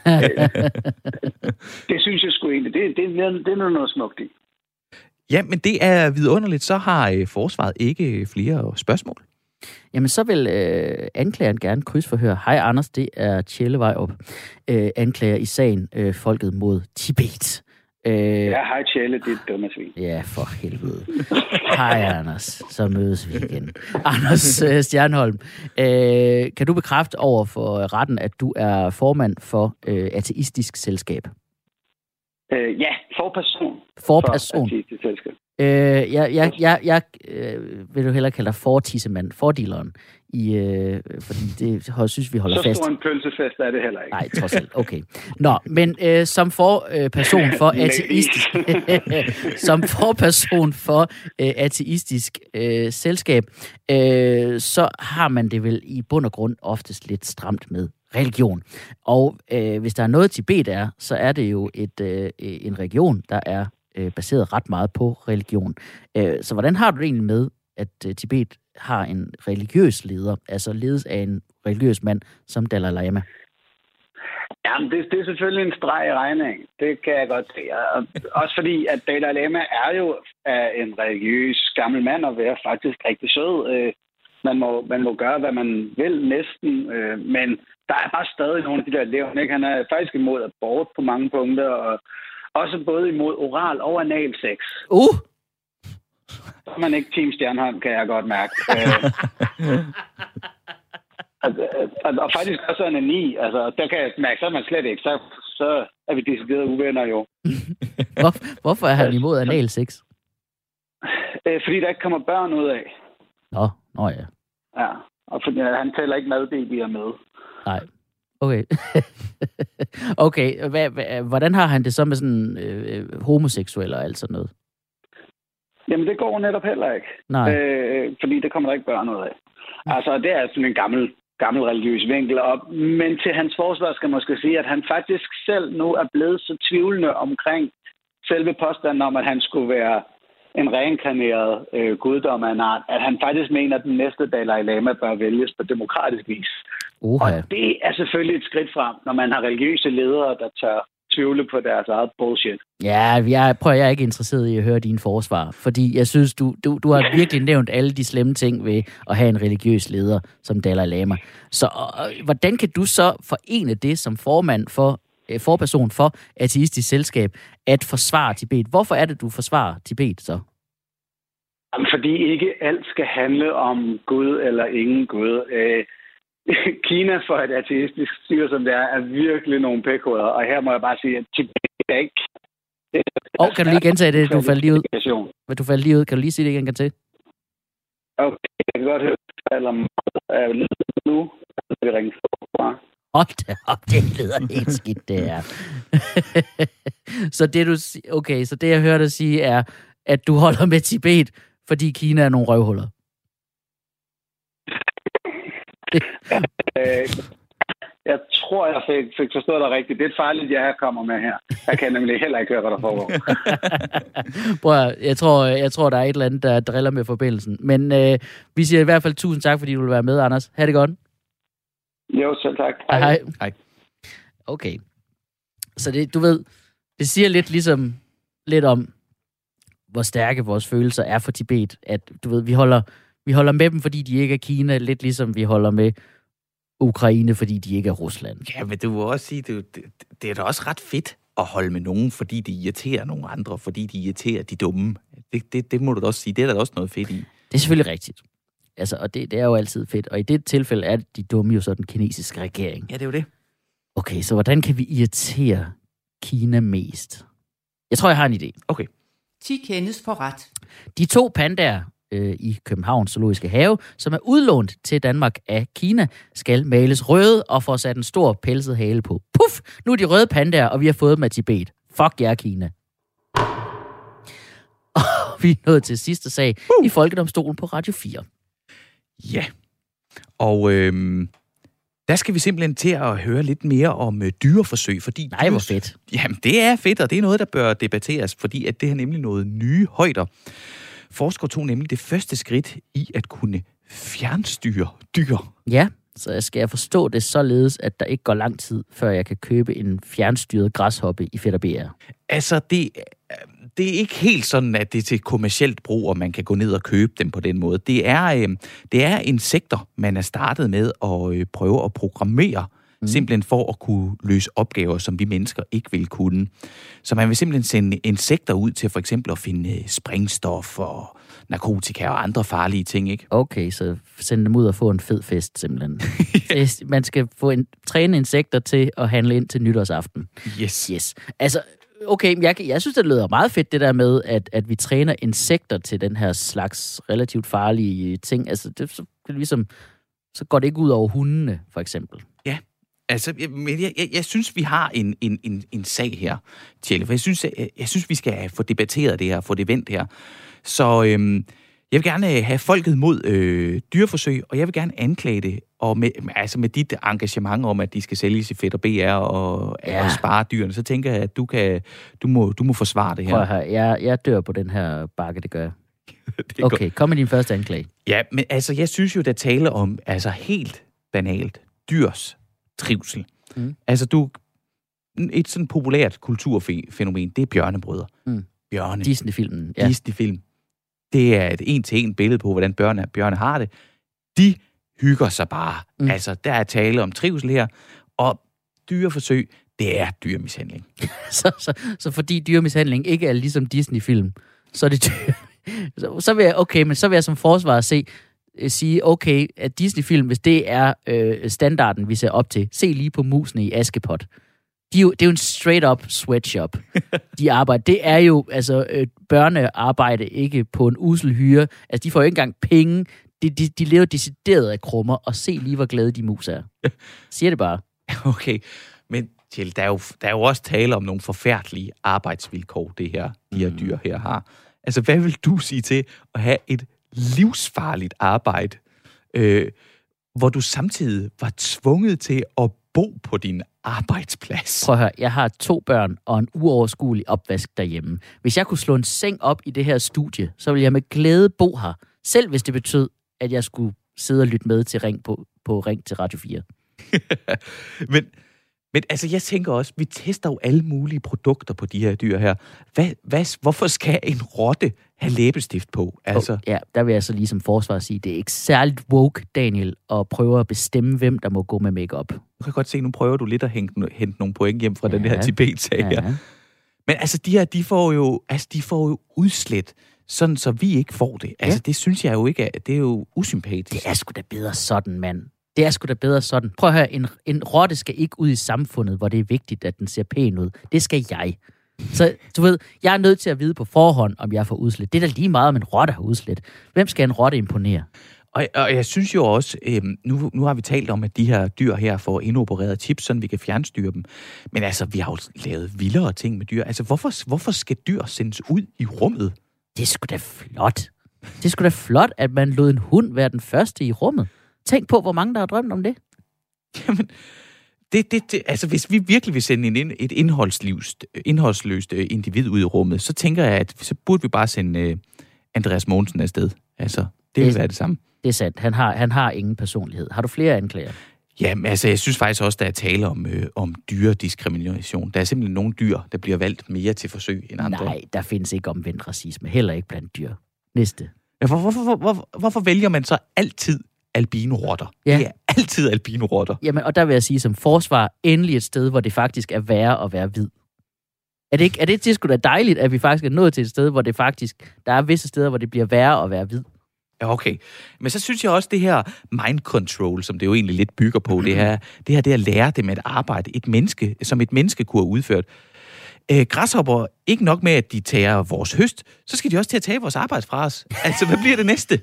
S5: Det synes jeg sgu egentlig. Det, det, det, det er noget smukt i.
S3: Ja, men det er vidunderligt. Så har øh, forsvaret ikke flere spørgsmål.
S2: Jamen, så vil øh, anklageren gerne krydsforhøre. Hej, Anders, det er Tjelle Vejrup, øh, anklager i sagen øh, Folket mod Tibet. Øh,
S5: ja, hej Tjelle, det er dumme svin.
S2: Ja, for helvede. Hej, Anders. Så mødes vi igen. Anders øh, Stjernholm, øh, kan du bekræfte over for retten, at du er formand for øh, Ateistisk Selskab?
S5: Øh, ja, for person.
S2: For person.
S5: For Ateistisk Selskab.
S2: Øh, jeg jeg, jeg, jeg øh, vil du hellere kalde dig fortissemand, fordealeren, i, øh, fordi det jeg synes vi holder
S5: så
S2: fast.
S5: Så stor en pølsefest er det heller ikke.
S2: Nej, trods alt. Okay. Nå, men øh, som forperson øh, for ateistisk, som forperson for øh, ateistisk øh, selskab, øh, så har man det vel i bund og grund oftest lidt stramt med religion. Og øh, hvis der er noget Tibet er, så er det jo et øh, en region, der er øh, baseret ret meget på religion. Øh, så hvordan har du det egentlig med, at øh, Tibet har en religiøs leder, altså ledes af en religiøs mand som Dalai Lama?
S5: Jamen, det, det er selvfølgelig en streg i regning. Det kan jeg godt se. Og også fordi, at Dalai Lama er jo en religiøs gammel mand, og er faktisk rigtig sød. Man må, man må gøre, hvad man vil næsten, men der er bare stadig nogle af de der elever, ikke? Han er faktisk imod abort på mange punkter, og også både imod oral og analsex.
S2: Uh!
S5: Så er man ikke Team Stjernholm, kan jeg godt mærke. og, og, og faktisk også anani. Altså, der kan jeg mærke, så er man slet ikke. Så, så er vi decideret uvenner jo.
S2: Hvor, hvorfor er han imod analsex?
S5: Fordi der ikke kommer børn ud af.
S2: Nå, nå ja.
S5: Ja, og fordi han tæller ikke madbabyer med.
S2: Nej. Okay. okay, hva, hva, hvordan har han det så med sådan øh, homoseksuelle og alt sådan noget?
S5: Jamen, det går netop heller ikke.
S2: Nej.
S5: Øh, fordi det kommer der ikke børn ud af. Altså, det er sådan en gammel, gammel religiøs vinkel op. Men til hans forsvar skal man måske sige, at han faktisk selv nu er blevet så tvivlende omkring selve påstanden om, at han skulle være en reinkarneret øh, guddom af en art, at han faktisk mener, at den næste Dalai Lama bør vælges på demokratisk vis.
S2: Oha.
S5: Og det er selvfølgelig et skridt frem, når man har religiøse ledere, der tør tvivle på deres eget bullshit.
S2: Ja, jeg prøver, jeg er ikke interesseret i at høre dine forsvar, fordi jeg synes, du, du, du har virkelig nævnt alle de slemme ting ved at have en religiøs leder som Dalai Lama. Så øh, hvordan kan du så forene det som formand for øh, forperson for Ateistisk Selskab at forsvare Tibet? Hvorfor er det, du forsvarer Tibet så?
S5: Fordi ikke alt skal handle om Gud eller ingen Gud. Øh, Kina for et ateistisk styre, som det er, er virkelig nogle pækhoveder. Og her må jeg bare sige, at Tibet er ikke...
S2: Åh, oh, kan du lige gentage det? Du faldt lige ud. Du faldt lige ud. Kan du lige sige det igen til?
S5: Okay, jeg kan godt høre, at du falder meget nu. Vi ringer fra.
S2: Hold da op, det lyder helt skidt, det her. så det du okay, så det jeg hørte dig sige er, at du holder med Tibet, fordi Kina er nogle røvhuller.
S5: øh, jeg tror, jeg fik, fik forstået dig rigtigt. Det er et farligt, jeg kommer med her. Jeg kan nemlig heller ikke høre, hvad der foregår.
S2: Prøv, jeg tror, jeg tror, der er et eller andet, der driller med forbindelsen. Men øh, vi siger i hvert fald tusind tak, fordi du vil være med, Anders. Ha' det godt.
S5: Jo, selv tak.
S2: Hej. Hej.
S3: Hej.
S2: Okay. Så det, du ved, det siger lidt ligesom, lidt om, hvor stærke vores følelser er for Tibet. At, du ved, vi holder, vi holder med dem, fordi de ikke er Kina, lidt ligesom vi holder med Ukraine, fordi de ikke er Rusland.
S3: Ja, men du vil også sige, det, det, det er da også ret fedt at holde med nogen, fordi de irriterer nogle andre, fordi de irriterer de dumme. Det, det, det må du da også sige. Det er da også noget fedt i.
S2: Det er selvfølgelig rigtigt. Altså, og det, det er jo altid fedt. Og i det tilfælde er de dumme jo så den kinesiske regering.
S3: Ja, det er jo det.
S2: Okay, så hvordan kan vi irritere Kina mest? Jeg tror, jeg har en idé.
S3: Okay.
S1: ti kendes for ret.
S2: De to pandaer øh, i Københavns Zoologiske Have, som er udlånt til Danmark af Kina, skal males røde og få sat en stor pelset hale på. Puff! Nu er de røde pandaer, og vi har fået dem af Tibet. Fuck jer, Kina. Og vi er nået til sidste sag uh. i Folkedomstolen på Radio fire.
S3: Ja, og øhm, der skal vi simpelthen til at høre lidt mere om øh, dyreforsøg, fordi...
S2: Nej, hvor fedt.
S3: Jamen, det er fedt, og det er noget, der bør debatteres, fordi at det er nemlig noget nye højder. forskere tog nemlig det første skridt i at kunne fjernstyre dyr.
S2: Ja, så skal jeg forstå det således, at der ikke går lang tid, før jeg kan købe en fjernstyret græshoppe i Fætter B R.
S3: Altså, det, det er ikke helt sådan, at det er til kommercielt brug, og man kan gå ned og købe dem på den måde. Det er, øh, det er insekter, man er startet med at øh, prøve at programmere, mm. simpelthen for at kunne løse opgaver, som vi mennesker ikke vil kunne. Så man vil simpelthen sende insekter ud til for eksempel at finde sprængstof og narkotika og andre farlige ting, ikke?
S2: Okay, så send dem ud og få en fed fest, simpelthen. Man skal få en, træne insekter til at handle ind til nytårsaften.
S3: Yes.
S2: Yes. Altså, okay, jeg, jeg synes, det lyder meget fedt, det der med, at, at vi træner insekter til den her slags relativt farlige ting. Altså, det, så, det ligesom, så går det ikke ud over hundene, for eksempel.
S3: Ja, altså, jeg, jeg, jeg, jeg synes, vi har en, en, en, en sag her, Tjelle, for jeg synes, jeg, jeg synes, vi skal få debatteret det her, få det vendt her. Så øhm, jeg vil gerne have folket mod øh, dyreforsøg, og jeg vil gerne anklage det, og med, altså med dit engagement om, at de skal sælges i Fætter B R og, ja. og spare dyrene, så tænker jeg, at du, kan, du, må, du må forsvare det her.
S2: Prøv at høre, jeg, jeg dør på den her bakke, det gør jeg.
S3: det
S2: okay,
S3: godt.
S2: Kom med din første anklage.
S3: Ja, men altså, jeg synes jo, der taler om altså helt banalt dyrs trivsel. Mm. Altså, du et sådan populært kulturfænomen, det er bjørnebrødre. Mm. Bjørne.
S2: Disney-filmen. Ja.
S3: Disney-film. Det er et en-til-en billede på, hvordan bjørne, bjørne har det. De hygger sig bare. Mm. Altså, der er tale om trivsel her, og dyreforsøg, det er dyremishandling.
S2: så, så, så fordi dyremishandling ikke er ligesom Disney-film, så er det dyr. så, så vil jeg, okay, men så vil jeg som forsvarer se, sige, okay, at Disney-film, hvis det er øh, standarden, vi ser op til, se lige på musene i Askepot. De er jo, det er jo en straight-up sweatshop, de arbejder. Det er jo, altså, øh, børnearbejde ikke på en usel hyre. Altså, de får jo ikke engang penge. De, de, de lever decideret af krummer, og se lige, hvor glade de mus er. Siger det bare.
S3: Okay, men Tjell, der er jo, der er jo også tale om nogle forfærdelige arbejdsvilkår, det her, de her dyr her har. Altså, hvad vil du sige til at have et livsfarligt arbejde, øh, hvor du samtidig var tvunget til at bo på din arbejdsplads?
S2: Prøv at høre, jeg har to børn og en uoverskuelig opvask derhjemme. Hvis jeg kunne slå en seng op i det her studie, så ville jeg med glæde bo her. Selv hvis det betød, at jeg skulle sidde og lytte med til Ring på, på Ring til Radio fire.
S3: men, men altså, jeg tænker også, vi tester jo alle mulige produkter på de her dyr her. Hvad, hvad, hvorfor skal en rotte have læbestift på? Altså.
S2: Oh, ja, der vil jeg så lige som forsvar sige, det er ikke særligt woke, Daniel, at prøve at bestemme, hvem der må gå med makeup.
S3: Du kan godt se, nu prøver du lidt at hente, hente nogle point hjem fra ja, den her Tibet-sag ja. her. Men altså, de her, de får jo, altså, de får jo udslet, sådan så vi ikke får det. Altså, ja. det synes jeg jo ikke, er, det er jo usympatisk.
S2: Det er sgu da bedre sådan, mand. Det er sgu da bedre sådan. Prøv at høre, en, en rotte skal ikke ud i samfundet, hvor det er vigtigt, at den ser pæn ud. Det skal jeg. Så du ved, jeg er nødt til at vide på forhånd, om jeg får udslet. Det er da lige meget, om en rotte har udslet. Hvem skal en rotte imponere?
S3: Og, og jeg synes jo også, øh, nu, nu har vi talt om, at de her dyr her får indopereret chips, så vi kan fjernstyre dem. Men altså, vi har jo lavet vildere ting med dyr. Altså, hvorfor, hvorfor skal dyr sendes ud i rummet?
S2: Det er sgu da flot. Det er sgu da flot, at man lod en hund være den første i rummet. Tænk på, hvor mange der har drømt om det.
S3: Jamen, det, det, det, altså hvis vi virkelig vil sende en, et indholdsløst, indholdsløst individ ud i rummet, så tænker jeg, at så burde vi bare sende uh, Andreas Mogensen afsted. Altså, det vil være det samme.
S2: Det er sandt. Han har, han har ingen personlighed. Har du flere anklager?
S3: Jamen, altså, jeg synes faktisk også, der er tale om, øh, om dyrediskrimination. Der er simpelthen nogle dyr, der bliver valgt mere til forsøg end andre.
S2: Nej, der findes ikke omvendt racisme. Heller ikke blandt dyr. Næste.
S3: Ja, hvor, hvorfor, hvor, hvor, hvorfor vælger man så altid albinorotter?
S2: Ja.
S3: Det er altid albinorotter.
S2: Jamen, og der vil jeg sige som forsvar, endelig et sted, hvor det faktisk er værre at være hvid. Er det ikke, er det, det sgu da dejligt, at vi faktisk er nået til et sted, hvor det faktisk, der er visse steder, hvor det bliver værre at være hvid?
S3: Ja, okay. Men så synes jeg også, det her mind control, som det jo egentlig lidt bygger på, mm-hmm. det her, det her det at lære dem at arbejde, et menneske, som et menneske kunne have udført. Øh, græshopper, ikke nok med, at de tager vores høst, så skal de også til at tage vores arbejde fra os. Altså, hvad bliver det næste?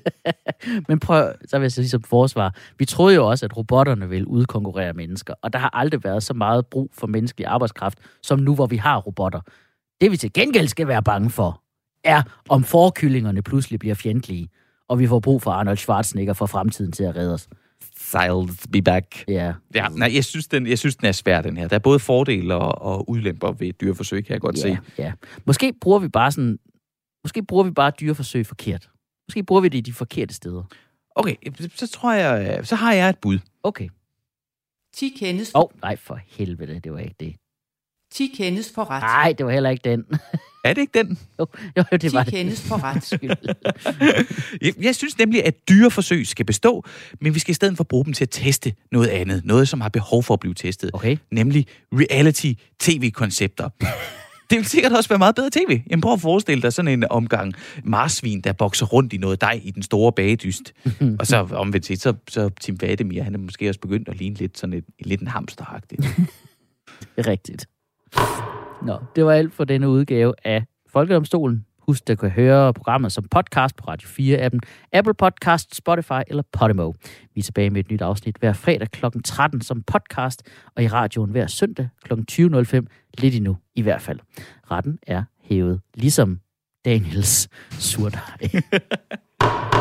S2: Men prøv, så vil jeg sige som forsvar. Vi troede jo også, at robotterne ville udkonkurrere mennesker, og der har aldrig været så meget brug for menneskelig arbejdskraft, som nu, hvor vi har robotter. Det vi til gengæld skal være bange for, er, om forkyllingerne pludselig bliver fjendtlige, og vi får brug for Arnold Schwarzenegger for fremtiden til at redde os.
S3: I'll be back.
S2: Ja.
S3: Ja, nej, jeg synes, den, jeg synes, den er svær, den her. Der er både fordele og, og ulemper ved et dyreforsøg, kan jeg godt
S2: ja,
S3: se.
S2: Ja. Måske bruger vi bare sådan Måske bruger vi bare dyreforsøg forkert. Måske bruger vi det i de forkerte steder.
S3: Okay, så tror jeg, så har jeg et bud.
S2: Okay.
S1: ti kendes
S2: Åh, oh, nej for helvede, det var ikke det.
S1: ti kendes for ret.
S2: Nej, det var heller ikke den.
S3: Er det ikke den?
S2: Jo, jo det
S1: ti
S2: var det.
S1: kendes for ret.
S3: jeg, jeg synes nemlig, at dyreforsøg skal bestå, men vi skal i stedet for bruge dem til at teste noget andet. Noget, som har behov for at blive testet.
S2: Okay.
S3: Nemlig reality-tv-koncepter. Det vil sikkert også være meget bedre tv. Jamen prøv at forestille dig sådan en omgang marsvin, der bokser rundt i noget dej i den store bagedyst. Og så omvendt set, så, så Tim Vademir, han er måske også begyndt at ligne lidt sådan et, lidt en hamsteragtigt.
S2: Det er rigtigt. Nå, det var alt for denne udgave af Folkedomstolen. Husk, at du kan høre programmet som podcast på Radio fire-appen, Apple Podcast, Spotify eller Podimo. Vi er tilbage med et nyt afsnit hver fredag klokken tretten som podcast, og i radioen hver søndag klokken tyve nul fem, lidt endnu i hvert fald. Retten er hævet, ligesom Daniels surdej.